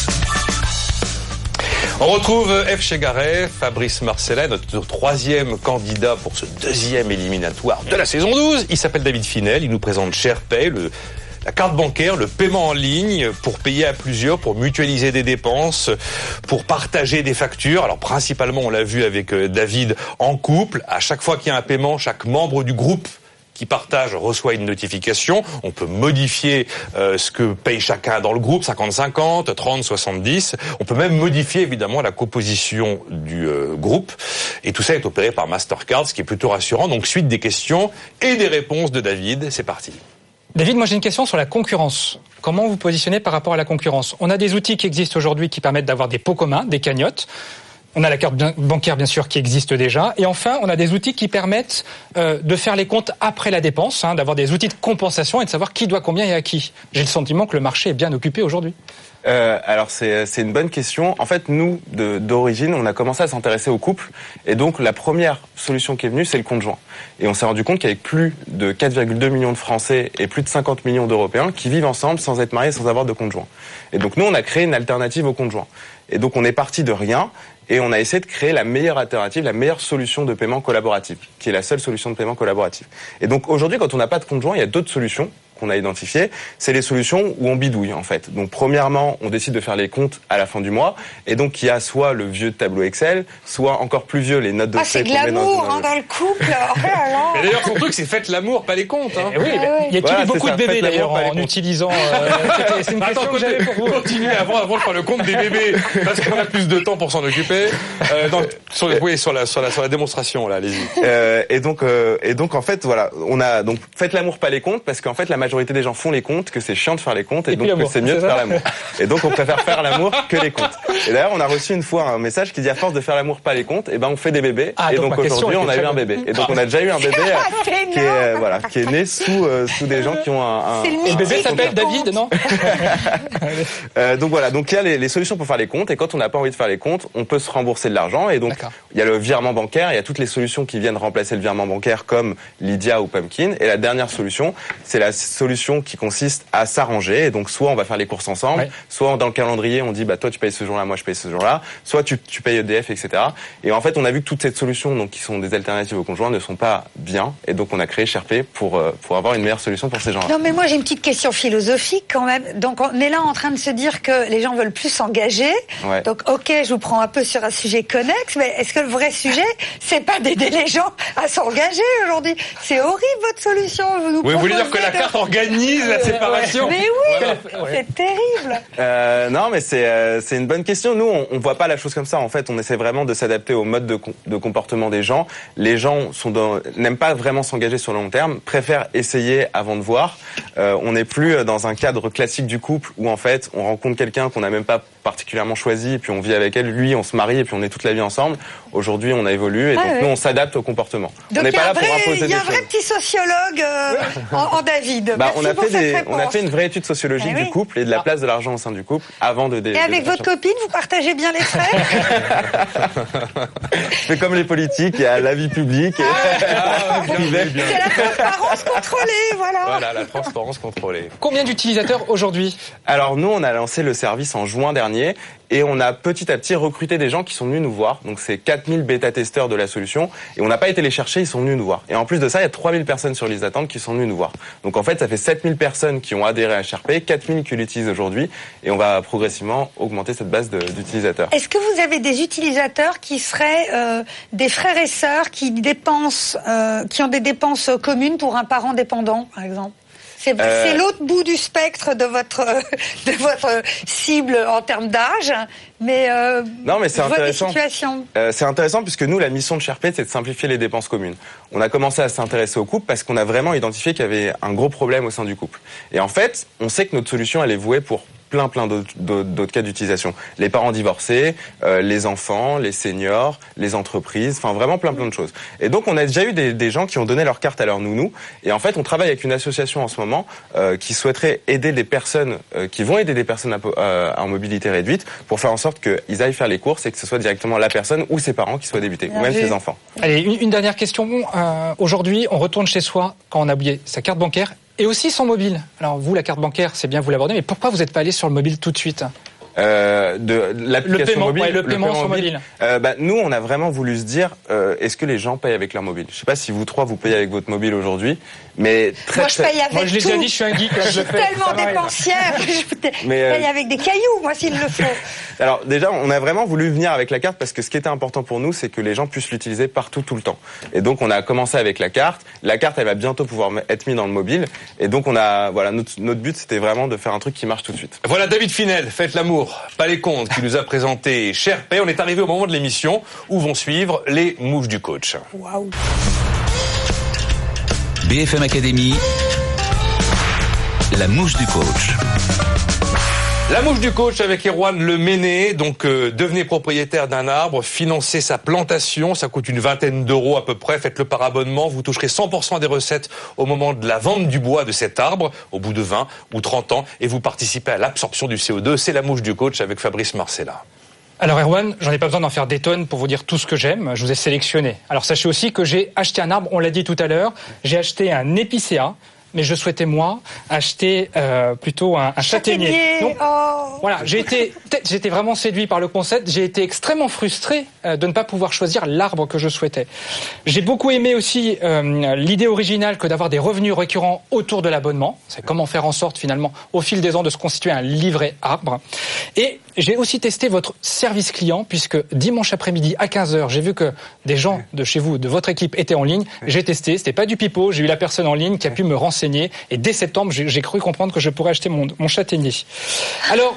On retrouve F. Chegaray, Fabrice Marcella, notre troisième candidat pour ce deuxième éliminatoire de la saison 12. Il s'appelle David Finel, il nous présente Sherpay, la carte bancaire, le paiement en ligne pour payer à plusieurs, pour mutualiser des dépenses, pour partager des factures. Alors principalement, on l'a vu avec David, en couple. À chaque fois qu'il y a un paiement, chaque membre du groupe qui partage reçoit une notification. On peut modifier ce que paye chacun dans le groupe, 50-50, 30-70. On peut même modifier évidemment la composition du groupe. Et tout ça est opéré par Mastercard, ce qui est plutôt rassurant. Donc suite des questions et des réponses de David. C'est parti. David, moi j'ai une question sur la concurrence. Comment vous positionnez par rapport à la concurrence? On a des outils qui existent aujourd'hui qui permettent d'avoir des pots communs, des cagnottes. On a la carte bancaire, bien sûr, qui existe déjà. Et enfin, on a des outils qui permettent de faire les comptes après la dépense, d'avoir des outils de compensation et de savoir qui doit combien et à qui. J'ai le sentiment que le marché est bien occupé aujourd'hui. Alors c'est une bonne question. En fait, nous, d'origine, on a commencé à s'intéresser aux couples. Et donc, la première solution qui est venue, c'est le compte joint. Et on s'est rendu compte qu'avec plus de 4,2 millions de Français et plus de 50 millions d'Européens qui vivent ensemble sans être mariés, sans avoir de compte joint. Et donc, nous, on a créé une alternative au compte joint. Et donc, on est parti de rien. Et on a essayé de créer la meilleure alternative, la meilleure solution de paiement collaboratif, qui est la seule solution de paiement collaboratif. Et donc aujourd'hui, quand on n'a pas de compte joint, il y a d'autres solutions qu'on a identifiées. C'est les solutions où on bidouille, en fait. Donc premièrement, on décide de faire les comptes à la fin du mois. Et donc il y a soit le vieux tableau Excel, soit encore plus vieux, les notes de frais. C'est de l'amour dans le couple. Mais d'ailleurs, son truc, c'est faites l'amour, pas les comptes. Oui, il y a beaucoup de bébés d'ailleurs en utilisant... c'est une question que j'avais pour vous. Continuez avant de faire le compte des bébés, parce qu'on a plus de temps pour s'en occuper. Sur la démonstration, là, allez-y. Et donc en fait, voilà, on a donc faites l'amour, pas les comptes, parce qu'en fait la majorité des gens font les comptes, que c'est chiant de faire les comptes, et donc que c'est mieux de faire l'amour. Et donc on préfère faire l'amour que les comptes. Et d'ailleurs, on a reçu une fois un message qui dit à force de faire l'amour, pas les comptes, on fait des bébés. Et donc aujourd'hui, on a eu un bébé. Et donc on a déjà eu un bébé qui est né sous des gens qui ont un et le bébé s'appelle David, non? Donc voilà, donc il y a les solutions pour faire les comptes, et quand on n'a pas envie de faire les comptes, on peut se rembourser de l'argent. Et donc il y a le virement bancaire, il y a toutes les solutions qui viennent remplacer le virement bancaire comme Lydia ou Pumpkin. Et la dernière solution, c'est la solution qui consiste à s'arranger. Et donc soit on va faire les courses ensemble, soit dans le calendrier on dit toi tu payes ce jour-là, moi je paye ce jour-là, soit tu payes EDF, etc. Et en fait on a vu que toutes ces solutions, donc qui sont des alternatives au conjoint, ne sont pas bien. Et donc on a créé Sherpay pour avoir une meilleure solution pour ces gens-là. Non mais moi j'ai une petite question philosophique quand même. Donc on est là en train de se dire que les gens veulent plus s'engager. Ouais. Donc ok, je vous prends un peu sur un sujet connexe, mais est-ce que le vrai sujet c'est pas d'aider les gens à s'engager aujourd'hui? C'est horrible votre solution. Vous voulez dire que la carte organise la séparation? Mais oui, c'est terrible. Non, mais c'est une bonne question. Nous, on voit pas la chose comme ça. En fait, on essaie vraiment de s'adapter au mode de comportement des gens. Les gens n'aiment pas vraiment s'engager sur le long terme, préfèrent essayer avant de voir. On n'est plus dans un cadre classique du couple où en fait on rencontre quelqu'un qu'on n'a même pas particulièrement choisi et puis on vit avec elle, lui on se marie et puis on est toute la vie ensemble. Aujourd'hui on a évolué et donc nous on s'adapte au comportement. Donc on n'est pas là pour imposer des choses. Il y a un vrai petit sociologue en David. On a fait une vraie étude sociologique du couple et de la place de l'argent au sein du couple avant de... Et avec votre copine, vous partagez bien les frais? C'est comme les politiques, il y a la vie publique et c'est la transparence contrôlée, voilà. Voilà, la transparence contrôlée. Combien d'utilisateurs aujourd'hui? Alors nous, on a lancé le service en juin dernier et on a petit à petit recruté des gens qui sont venus nous voir. Donc c'est 4000 bêta-testeurs de la solution et on n'a pas été les chercher, ils sont venus nous voir. Et en plus de ça, il y a 3000 personnes sur liste d'attente qui sont venues nous voir. Donc en fait, ça fait 7000 personnes qui ont adhéré à Sherpay, 4000 qui l'utilisent aujourd'hui, et on va progressivement augmenter cette base d'utilisateurs. Est-ce que vous avez des utilisateurs qui seraient des frères et sœurs qui ont des dépenses communes pour un parent dépendant, par exemple ? C'est l'autre bout du spectre de votre cible en termes d'âge, mais non, mais c'est intéressant. C'est intéressant puisque nous, la mission de Sherpay, c'est de simplifier les dépenses communes. On a commencé à s'intéresser au couple parce qu'on a vraiment identifié qu'il y avait un gros problème au sein du couple. Et en fait, on sait que notre solution, elle est vouée pour plein d'autres cas d'utilisation. Les parents divorcés, les enfants, les seniors, les entreprises, enfin vraiment plein de choses. Et donc on a déjà eu des gens qui ont donné leur carte à leur nounou. Et en fait, on travaille avec une association en ce moment qui souhaiterait aider des personnes, qui vont aider des personnes en mobilité réduite pour faire en sorte qu'ils aillent faire les courses et que ce soit directement la personne ou ses parents qui soient débutés, ou même ses enfants. Allez, une dernière question. Aujourd'hui, on retourne chez soi quand on a oublié sa carte bancaire. Et aussi son mobile. Alors vous, la carte bancaire, c'est bien, vous l'abordez, mais pourquoi vous n'êtes pas allé sur le mobile tout de suite ? De l'application mobile, le paiement sur mobile. Nous, on a vraiment voulu se dire, est-ce que les gens payent avec leur mobile ? Je sais pas si vous trois vous payez avec votre mobile aujourd'hui, mais moi je paye avec tout. Moi je l'ai déjà dit, je suis un geek. Je suis tellement dépensière. Je paye avec des cailloux, moi s'il le faut. Alors déjà, on a vraiment voulu venir avec la carte parce que ce qui était important pour nous, c'est que les gens puissent l'utiliser partout, tout le temps. Et donc on a commencé avec la carte. La carte, elle va bientôt pouvoir être mise dans le mobile. Et donc notre but, c'était vraiment de faire un truc qui marche tout de suite. Voilà David Finel, Faites l'amour, pas les comptes, qui nous a présenté Sherpay. On est arrivé au moment de l'émission où vont suivre les mouches du coach. Waouh. BFM Academy, la mouche du coach. La mouche du coach avec Erwan Le Méné. Donc devenez propriétaire d'un arbre, financez sa plantation, ça coûte une vingtaine d'euros à peu près, faites-le par abonnement, vous toucherez 100% des recettes au moment de la vente du bois de cet arbre, au bout de 20 ou 30 ans, et vous participez à l'absorption du CO2. C'est la mouche du coach avec Fabrice Marcella. Alors Erwan, j'en ai pas besoin d'en faire des tonnes pour vous dire tout ce que j'aime, je vous ai sélectionné. Alors sachez aussi que j'ai acheté un arbre, on l'a dit tout à l'heure, j'ai acheté un épicéa, mais je souhaitais moi acheter plutôt un châtaignier. Donc, voilà, j'ai été vraiment séduit par le concept. J'ai été extrêmement frustré de ne pas pouvoir choisir l'arbre que je souhaitais. J'ai beaucoup aimé aussi l'idée originale que d'avoir des revenus récurrents autour de l'abonnement. C'est comment faire en sorte finalement au fil des ans de se constituer un livret arbre. Et j'ai aussi testé votre service client puisque dimanche après-midi à 15h, j'ai vu que des gens de chez vous, de votre équipe étaient en ligne. J'ai testé, c'était pas du pipeau, j'ai eu la personne en ligne qui a pu me renseigner et dès septembre, j'ai cru comprendre que je pourrais acheter mon châtaignier. Alors,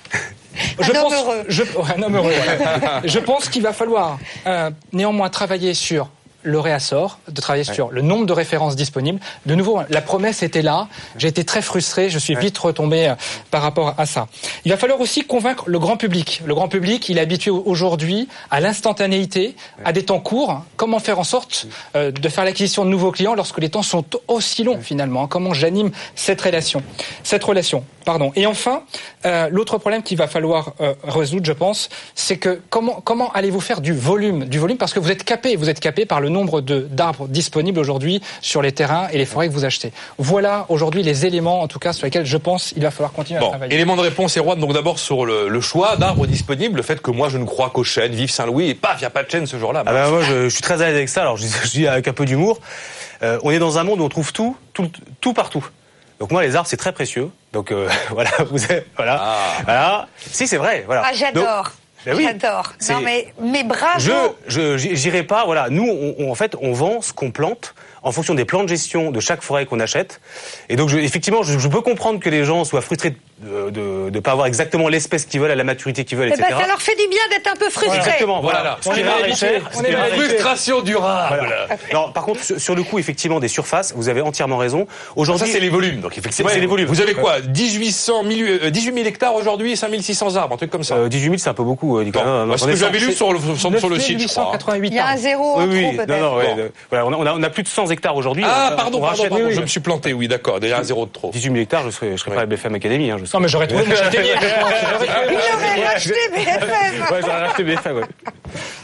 un homme heureux. Voilà. Je pense qu'il va falloir néanmoins travailler sur le réassort, de travailler sur le nombre de références disponibles. De nouveau, la promesse était là. J'ai été très frustré. Je suis vite retombé par rapport à ça. Il va falloir aussi convaincre le grand public. Le grand public, il est habitué aujourd'hui à l'instantanéité, à des temps courts. Comment faire en sorte de faire l'acquisition de nouveaux clients lorsque les temps sont aussi longs finalement ? Comment j'anime cette relation ? Et enfin, l'autre problème qu'il va falloir résoudre, je pense, c'est que comment allez-vous faire du volume parce que vous êtes capé par le nombre d'arbres disponibles aujourd'hui sur les terrains et les forêts que vous achetez. Voilà aujourd'hui les éléments, en tout cas, sur lesquels je pense il va falloir continuer à travailler. Élément de réponse, Erwan, donc d'abord sur le choix d'arbres disponibles, le fait que moi je ne crois qu'aux chênes, vive Saint-Louis, et paf, il n'y a pas de chêne ce jour-là. Moi je suis très à l'aise avec ça, alors je dis avec un peu d'humour. On est dans un monde où on trouve tout partout. Donc moi les arbres c'est très précieux. Donc voilà, voilà. Si c'est vrai, voilà. Ah j'adore. Donc, ben oui, j'adore. Non mais bravo. J'irai pas. Voilà, nous on vend ce qu'on plante en fonction des plans de gestion de chaque forêt qu'on achète. Et donc effectivement, je peux comprendre que les gens soient frustrés de ne pas avoir exactement l'espèce qu'ils veulent à la maturité qu'ils veulent, etc. Ça leur fait du bien d'être un peu frustrés. Exactement. Voilà. On est la frustration durable. Voilà. Non, par contre, sur le coup, effectivement, des surfaces, vous avez entièrement raison. Aujourd'hui, ça c'est les volumes. Donc effectivement, c'est les volumes. Vous avez quoi 18 000 hectares aujourd'hui, 5 600 arbres, un truc comme ça. 18 000, c'est un peu beaucoup, Nicolas. Ce que j'avais lu sur le site, je crois. Il y a un zéro en trop peut-être. Voilà, on a plus de 100 hectares aujourd'hui. Ah, pardon, je me suis planté, oui, d'accord. Déjà un zéro de trop. 18 000 hectares, je serais pas à BFM Academy. Non, mais j'aurais trouvé mon châtaignier. Il aurait racheté BFM. Ouais, j'aurais racheté BFM, ouais.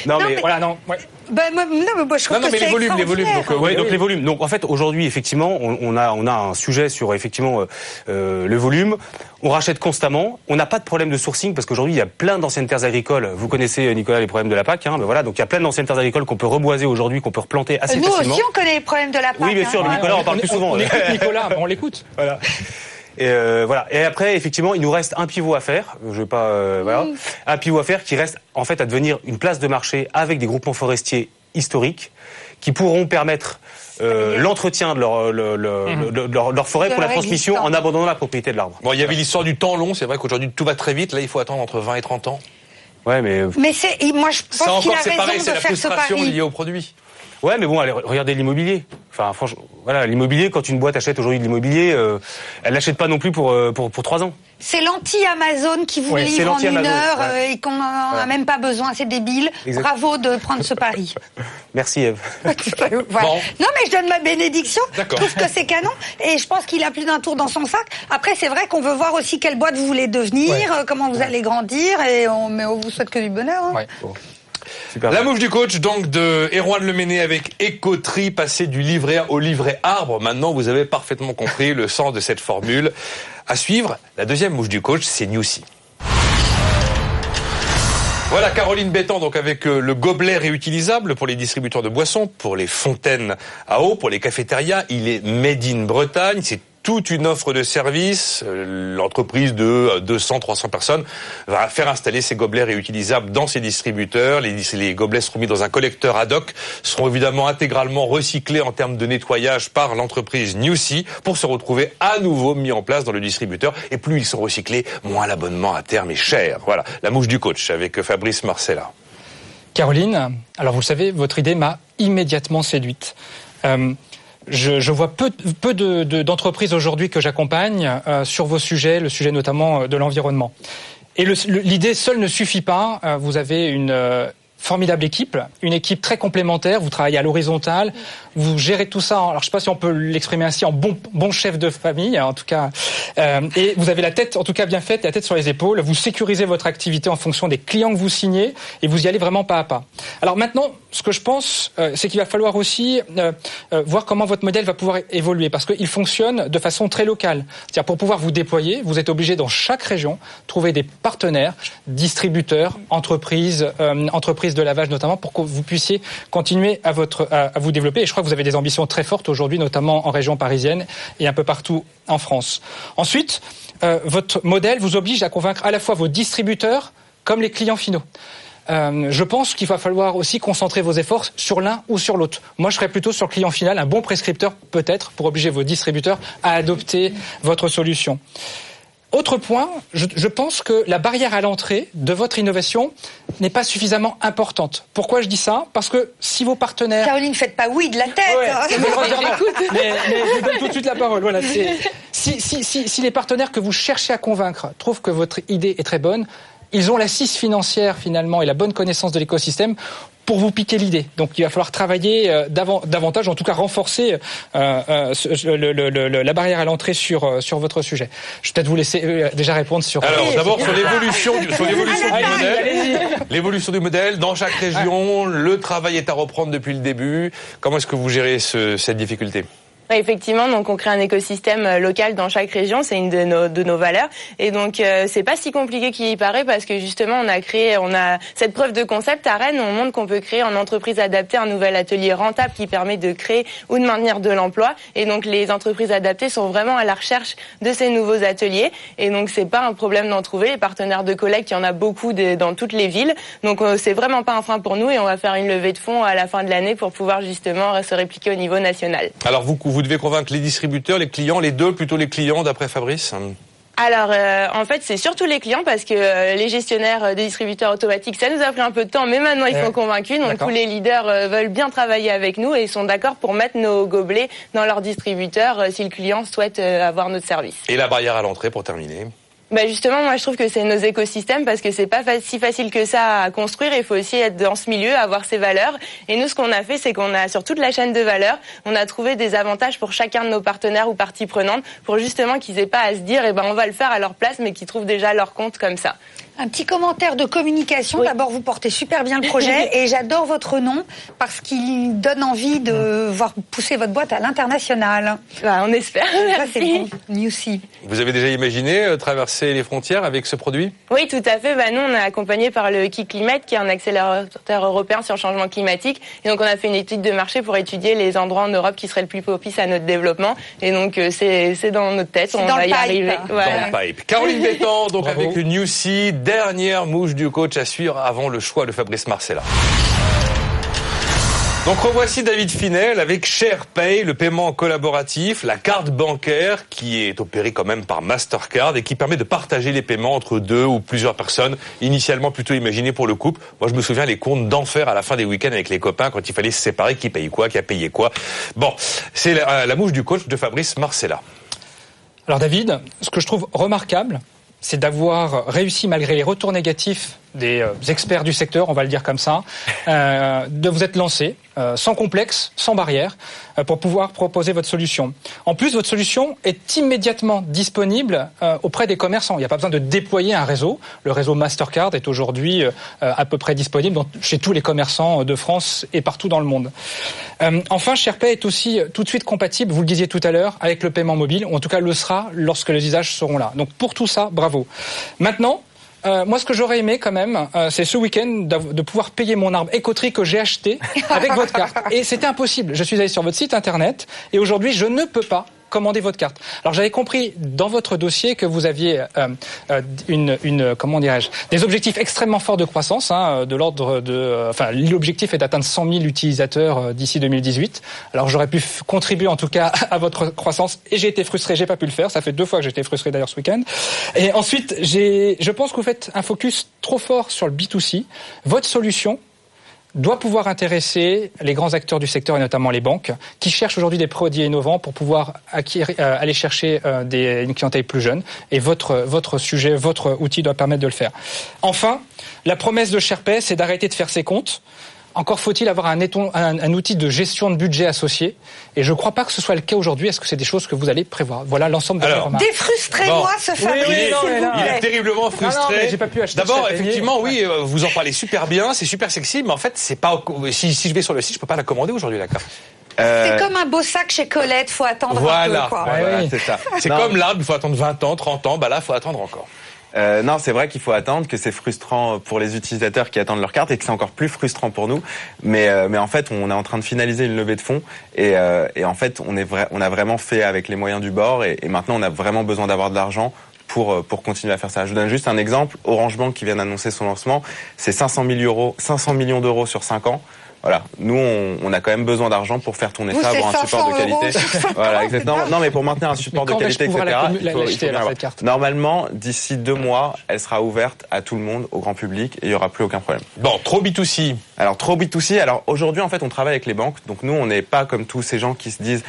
Non, mais voilà, non. Ouais. Moi, je trouve que c'est les volumes. Donc les volumes. Donc en fait aujourd'hui effectivement on a un sujet sur effectivement le volume. On rachète constamment. On n'a pas de problème de sourcing parce qu'aujourd'hui il y a plein d'anciennes terres agricoles. Vous connaissez Nicolas les problèmes de la PAC. Voilà, donc il y a plein d'anciennes terres agricoles qu'on peut reboiser aujourd'hui, qu'on peut replanter assez facilement. Nous aussi on connaît les problèmes de la PAC. Oui bien sûr, mais Nicolas en parle plus souvent. On écoute Nicolas, on l'écoute. Voilà. Et voilà. Et après, effectivement, il nous reste un pivot à faire. Je vais pas, voilà, un pivot à faire qui reste en fait à devenir une place de marché avec des groupements forestiers historiques qui pourront permettre l'entretien de leur forêt pour la transmission en abandonnant la propriété de l'arbre. Bon, il y avait l'histoire du temps long. C'est vrai qu'aujourd'hui tout va très vite. Là, il faut attendre entre 20 et 30 ans. Ouais, mais moi je pense qu'il a raison pareil, de c'est la faire ce frustration pari. liée au produit. ouais, mais bon, allez, regardez l'immobilier. Enfin, franchement, voilà, l'immobilier, quand une boîte achète aujourd'hui de l'immobilier, elle l'achète pas non plus pour 3 ans. C'est l'anti-Amazon qui vous livre en 1 heure et qu'on n'en a même pas besoin, c'est débile. Exact. Bravo de prendre ce pari. Merci Ève. Voilà. Bon. Non mais je donne ma bénédiction, je trouve que c'est canon et je pense qu'il a plus d'un tour dans son sac. Après c'est vrai qu'on veut voir aussi quelle boîte vous voulez devenir, comment vous allez grandir mais on vous souhaite que du bonheur. Hein. Bon. La mouche du coach, donc, de Erwan Leméné avec Écoterie, passé du livret A au livret arbre. Maintenant, vous avez parfaitement compris le sens de cette formule. À suivre, la deuxième mouche du coach, c'est Newsy. Voilà Caroline Bétan, donc avec le gobelet réutilisable pour les distributeurs de boissons, pour les fontaines à eau, pour les cafétérias. Il est made in Bretagne, c'est toute une offre de services. L'entreprise de 200-300 personnes va faire installer ces gobelets réutilisables dans ses distributeurs. Les gobelets seront mis dans un collecteur ad hoc, seront évidemment intégralement recyclés en termes de nettoyage par l'entreprise Newsy pour se retrouver à nouveau mis en place dans le distributeur. Et plus ils sont recyclés, moins l'abonnement à terme est cher. Voilà, la mouche du coach avec Fabrice Marcella. Caroline, alors vous le savez, votre idée m'a immédiatement séduite. Je vois peu d'entreprises aujourd'hui que j'accompagne sur vos sujets, le sujet notamment de l'environnement. Et l'idée seule ne suffit pas. Vous avez une formidable équipe, une équipe très complémentaire. Vous travaillez à l'horizontale, vous gérez tout ça. Alors je ne sais pas si on peut l'exprimer ainsi, en bon chef de famille, en tout cas. Et vous avez la tête, en tout cas bien faite, la tête sur les épaules. Vous sécurisez votre activité en fonction des clients que vous signez, et vous y allez vraiment pas à pas. Alors maintenant, ce que je pense, c'est qu'il va falloir aussi voir comment votre modèle va pouvoir évoluer, parce qu'il fonctionne de façon très locale. C'est-à-dire pour pouvoir vous déployer, vous êtes obligé dans chaque région trouver des partenaires, distributeurs, entreprises de lavage notamment, pour que vous puissiez continuer à vous développer. Et je crois que vous avez des ambitions très fortes aujourd'hui, notamment en région parisienne et un peu partout en France. Ensuite, votre modèle vous oblige à convaincre à la fois vos distributeurs comme les clients finaux. Je pense qu'il va falloir aussi concentrer vos efforts sur l'un ou sur l'autre. Moi, je serais plutôt sur le client final, un bon prescripteur peut-être, pour obliger vos distributeurs à adopter votre solution. Autre point, je pense que la barrière à l'entrée de votre innovation n'est pas suffisamment importante. Pourquoi je dis ça ? Parce que si vos partenaires... Caroline, faites pas oui de la tête. Mais je vous donne tout de suite la parole. Voilà, si les partenaires que vous cherchez à convaincre trouvent que votre idée est très bonne, ils ont l'assise financière finalement et la bonne connaissance de l'écosystème pour vous piquer l'idée. Donc il va falloir travailler davantage, en tout cas renforcer la barrière à l'entrée sur votre sujet. Je vais peut-être vous laisser déjà répondre sur... Alors d'abord sur l'évolution du modèle. L'évolution du modèle dans chaque région, le travail est à reprendre depuis le début. Comment est-ce que vous gérez cette difficulté ? Effectivement, donc on crée un écosystème local dans chaque région, c'est une de nos valeurs, et donc c'est pas si compliqué qu'il y paraît parce que justement on a cette preuve de concept à Rennes où on montre qu'on peut créer en entreprise adaptée un nouvel atelier rentable qui permet de créer ou de maintenir de l'emploi, et donc les entreprises adaptées sont vraiment à la recherche de ces nouveaux ateliers, et donc c'est pas un problème d'en trouver. Les partenaires de collecte, il y en a beaucoup dans toutes les villes, donc c'est vraiment pas un frein pour nous, et on va faire une levée de fonds à la fin de l'année pour pouvoir justement se répliquer au niveau national. Alors vous devez convaincre les distributeurs, les clients, les deux, plutôt les clients d'après Fabrice ? Alors, en fait, c'est surtout les clients parce que les gestionnaires des distributeurs automatiques, ça nous a pris un peu de temps, mais maintenant ils sont convaincus. Donc tous les leaders veulent bien travailler avec nous et sont d'accord pour mettre nos gobelets dans leurs distributeurs si le client souhaite avoir notre service. Et la barrière à l'entrée pour terminer ? Justement, moi je trouve que c'est nos écosystèmes parce que c'est pas si facile que ça à construire. Il faut aussi être dans ce milieu, avoir ses valeurs. Et nous, ce qu'on a fait, c'est qu'on a sur toute la chaîne de valeur, on a trouvé des avantages pour chacun de nos partenaires ou parties prenantes pour justement qu'ils aient pas à se dire, on va le faire à leur place, mais qu'ils trouvent déjà leur compte comme ça. Un petit commentaire de communication. Oui. D'abord, vous portez super bien le projet et j'adore votre nom parce qu'il donne envie de voir pousser votre boîte à l'international. Bah, on espère. Ça, c'est bon. Newsy. Vous avez déjà imaginé traverser les frontières avec ce produit ? Oui, tout à fait. Bah, nous, on est accompagné par le Key Climate, qui est un accélérateur européen sur le changement climatique. Et donc, on a fait une étude de marché pour étudier les endroits en Europe qui seraient le plus propices à notre développement. Et donc, c'est dans notre tête. On va y arriver. Voilà. Dans le pipe. Caroline Bétan, donc bravo. Avec Newsy, dernière mouche du coach à suivre avant le choix de Fabrice Marcella. Donc revoici David Finel avec SharePay, le paiement collaboratif, la carte bancaire qui est opérée quand même par Mastercard et qui permet de partager les paiements entre 2 ou plusieurs personnes, initialement plutôt imaginé pour le couple. Moi je me souviens les comptes d'enfer à la fin des week-ends avec les copains quand il fallait se séparer, qui paye quoi, qui a payé quoi. Bon, c'est la mouche du coach de Fabrice Marcella. Alors David, ce que je trouve remarquable, c'est d'avoir réussi, malgré les retours négatifs des experts du secteur, on va le dire comme ça, de vous être lancé sans complexe, sans barrière, pour pouvoir proposer votre solution. En plus, votre solution est immédiatement disponible auprès des commerçants. Il n'y a pas besoin de déployer un réseau. Le réseau Mastercard est aujourd'hui à peu près disponible chez tous les commerçants de France et partout dans le monde. Enfin, SharePay est aussi tout de suite compatible, vous le disiez tout à l'heure, avec le paiement mobile, ou en tout cas le sera lorsque les usages seront là. Donc pour tout ça, bravo. Maintenant, moi, ce que j'aurais aimé quand même, c'est ce week-end de pouvoir payer mon arbre écoterie que j'ai acheté avec votre carte. Et c'était impossible. Je suis allé sur votre site internet et aujourd'hui, je ne peux pas commander votre carte. Alors j'avais compris dans votre dossier que vous aviez comment dirais-je, des objectifs extrêmement forts de croissance, de l'ordre de, l'objectif est d'atteindre 100 000 utilisateurs d'ici 2018. Alors j'aurais pu contribuer en tout cas à votre croissance et j'ai été frustré, j'ai pas pu le faire. Ça fait 2 fois que j'ai été frustré d'ailleurs ce week-end. Et ensuite, je pense que vous faites un focus trop fort sur le B2C. Votre solution doit pouvoir intéresser les grands acteurs du secteur et notamment les banques qui cherchent aujourd'hui des produits innovants pour pouvoir aller chercher une clientèle plus jeune. Et votre sujet, votre outil doit permettre de le faire. Enfin, la promesse de SharePay, c'est d'arrêter de faire ses comptes. Encore faut-il avoir un outil de gestion de budget associé. Et je ne crois pas que ce soit le cas aujourd'hui. Est-ce que c'est des choses que vous allez prévoir ? Voilà l'ensemble de mes remarques. Défrustrez-moi ce Fabrice. Il est terriblement frustré. Non, j'ai pas pu acheter. D'abord, effectivement, oui, vous en parlez super bien, c'est super sexy, mais en fait, c'est pas. Si je vais sur le site, je peux pas la commander aujourd'hui, la carte. C'est comme un beau sac chez Colette, faut attendre un peu. Quoi. Voilà, c'est ça. C'est comme l'arbre, il faut attendre 20 ans, 30 ans, là, il faut attendre encore. Non, c'est vrai qu'il faut attendre, que c'est frustrant pour les utilisateurs qui attendent leur carte et que c'est encore plus frustrant pour nous. Mais en fait, on est en train de finaliser une levée de fonds et en fait, on a vraiment fait avec les moyens du bord et maintenant, on a vraiment besoin d'avoir de l'argent pour continuer à faire ça. Je vous donne juste un exemple. Orange Bank qui vient d'annoncer son lancement, c'est 500 millions d'euros sur 5 ans. Voilà, nous on a quand même besoin d'argent pour faire tourner ça, avoir un support de qualité. Voilà, exactement. Non, mais pour maintenir un support de qualité, etc. Il faut cette carte. Normalement, d'ici 2 mois, elle sera ouverte à tout le monde, au grand public, et il y aura plus aucun problème. Bon, trop B2C. Alors trop B2C. Alors aujourd'hui, en fait, on travaille avec les banques. Donc nous, on n'est pas comme tous ces gens qui se disent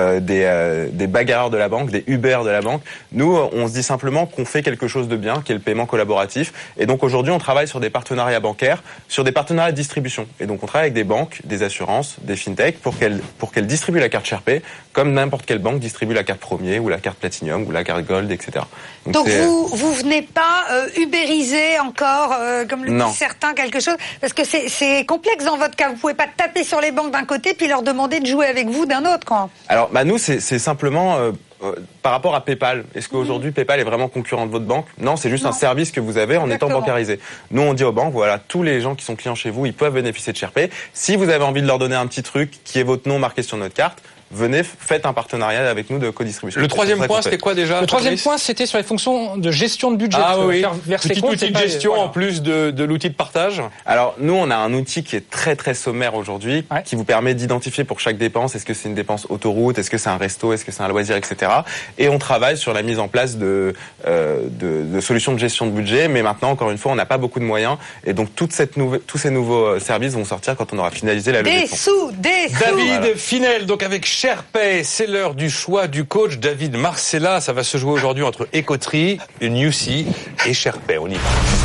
des bagarreurs de la banque, des Uber de la banque. Nous, on se dit simplement qu'on fait quelque chose de bien, qui est le paiement collaboratif. Et donc aujourd'hui, on travaille sur des partenariats bancaires, sur des partenariats de distribution. Et donc on travaille avec des banques, des assurances, des fintechs pour qu'elles distribuent la carte SharePay comme n'importe quelle banque distribue la carte Premier ou la carte Platinum ou la carte Gold, etc. Donc vous venez pas ubériser encore, comme le disent certains, quelque chose, parce que c'est complexe dans votre cas. Vous pouvez pas taper sur les banques d'un côté puis leur demander de jouer avec vous d'un autre, quoi. Alors, nous, c'est simplement par rapport à PayPal. Est-ce qu'aujourd'hui PayPal est vraiment concurrent de votre banque ? Non, c'est juste un service que vous avez en étant bancarisé. Nous, on dit aux banques, voilà, tous les gens qui sont clients chez vous, ils peuvent bénéficier de SharePay. Si vous avez envie de leur donner un petit truc qui est votre nom marqué sur notre carte, venez, faites un partenariat avec nous de co-distribution. Le troisième point, c'était quoi déjà ? Le troisième point, c'était sur les fonctions de gestion de budget. Ah oui, petit outil de gestion en plus de l'outil de partage. Alors, nous, on a un outil qui est très très sommaire aujourd'hui, qui vous permet d'identifier pour chaque dépense, est-ce que c'est une dépense autoroute, est-ce que c'est un resto, est-ce que c'est un loisir, etc. Et on travaille sur la mise en place de solutions de gestion de budget, mais maintenant, encore une fois, on n'a pas beaucoup de moyens, et donc tous ces nouveaux services vont sortir quand on aura finalisé la levée de fonds. David Finel, donc avec SharePay, c'est l'heure du choix du coach David Marcella. Ça va se jouer aujourd'hui entre Écoterie, Newsy et SharePay. On y va.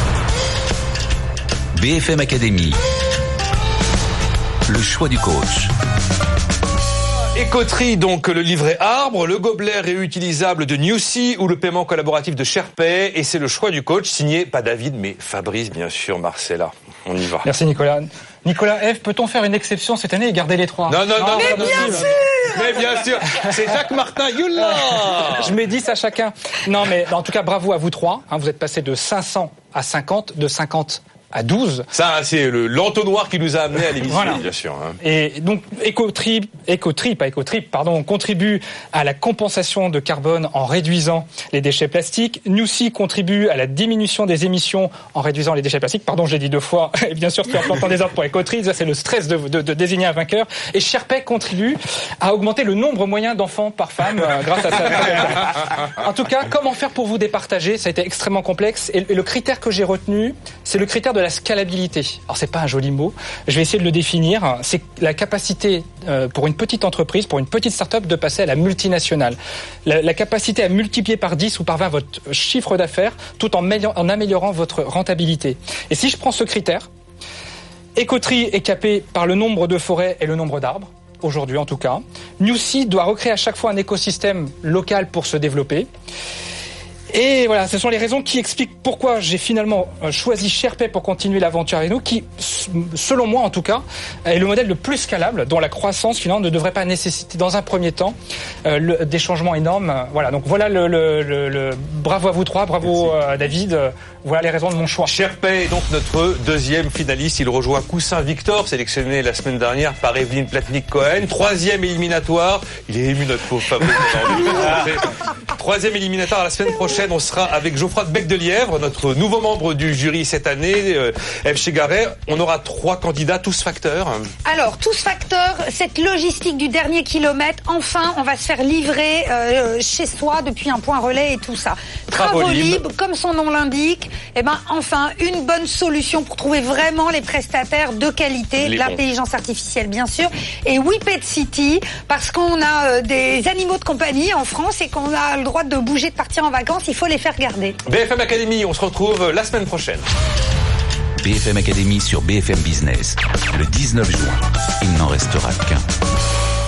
BFM Academy. Le choix du coach. Écoterie, donc le livret arbre, le gobelet réutilisable de Newsy ou le paiement collaboratif de SharePay. Et c'est le choix du coach, signé pas David, mais Fabrice, bien sûr, Marcella. On y va. Merci Nicolas. Nicolas F, peut-on faire une exception cette année et garder les 3 ? Non, Mais bien sûr. Mais bien sûr, c'est Jacques Martin, Youla. Je mets 10 à chacun. Non, mais en tout cas, bravo à vous 3. Vous êtes passés de 500 à 50, de 50 à 12. Ça, c'est l'entonnoir qui nous a amené à l'émission, voilà. Bien sûr. Et donc, Écoterie, contribue à la compensation de carbone en réduisant les déchets plastiques. Newsy contribue à la diminution des émissions en réduisant les déchets plastiques. Pardon, j'ai dit 2 fois. Et bien sûr, c'est en plantant des arbres pour Écoterie. Ça, c'est le stress de désigner un vainqueur. Et SharePay contribue à augmenter le nombre moyen d'enfants par femme grâce à ça. En tout cas, comment faire pour vous départager ? Ça a été extrêmement complexe. Et le critère que j'ai retenu, c'est le critère de la scalabilité. Alors c'est pas un joli mot, je vais essayer de le définir. C'est la capacité pour une petite entreprise, pour une petite start-up de passer à la multinationale. La capacité à multiplier par 10 ou par 20 votre chiffre d'affaires tout en améliorant votre rentabilité. Et si je prends ce critère, Écoterie est capée par le nombre de forêts et le nombre d'arbres, aujourd'hui en tout cas. Newsy doit recréer à chaque fois un écosystème local pour se développer. Et voilà, ce sont les raisons qui expliquent pourquoi j'ai finalement choisi SharePay pour continuer l'aventure avec nous, qui, selon moi en tout cas, est le modèle le plus scalable, dont la croissance finalement ne devrait pas nécessiter dans un premier temps des changements énormes. Voilà, donc voilà le bravo à vous 3, bravo à David. Voilà les raisons de mon choix. SharePay est donc notre deuxième finaliste. Il rejoint Coussin Victor, sélectionné la semaine dernière par Evelyne Platnik-Cohen. 3e éliminatoire. Il est ému, notre pauvre Fabrice. 3e éliminatoire à la semaine prochaine. On sera avec Geoffroy de Bec-de-Lièvre, notre nouveau membre du jury cette année, Ève Chegaray. On aura 3 candidats, tous facteurs. Alors, tous facteurs, cette logistique du dernier kilomètre, enfin, on va se faire livrer chez soi depuis un point relais et tout ça. Travaux libres, comme son nom l'indique. Eh ben, enfin, une bonne solution pour trouver vraiment les prestataires de qualité, l'intelligence artificielle, bien sûr, et WePet City, parce qu'on a des animaux de compagnie en France et qu'on a le droit de bouger, de partir en vacances. Il faut les faire garder. BFM Academy, on se retrouve la semaine prochaine. BFM Academy sur BFM Business. Le 19 juin, il n'en restera qu'un.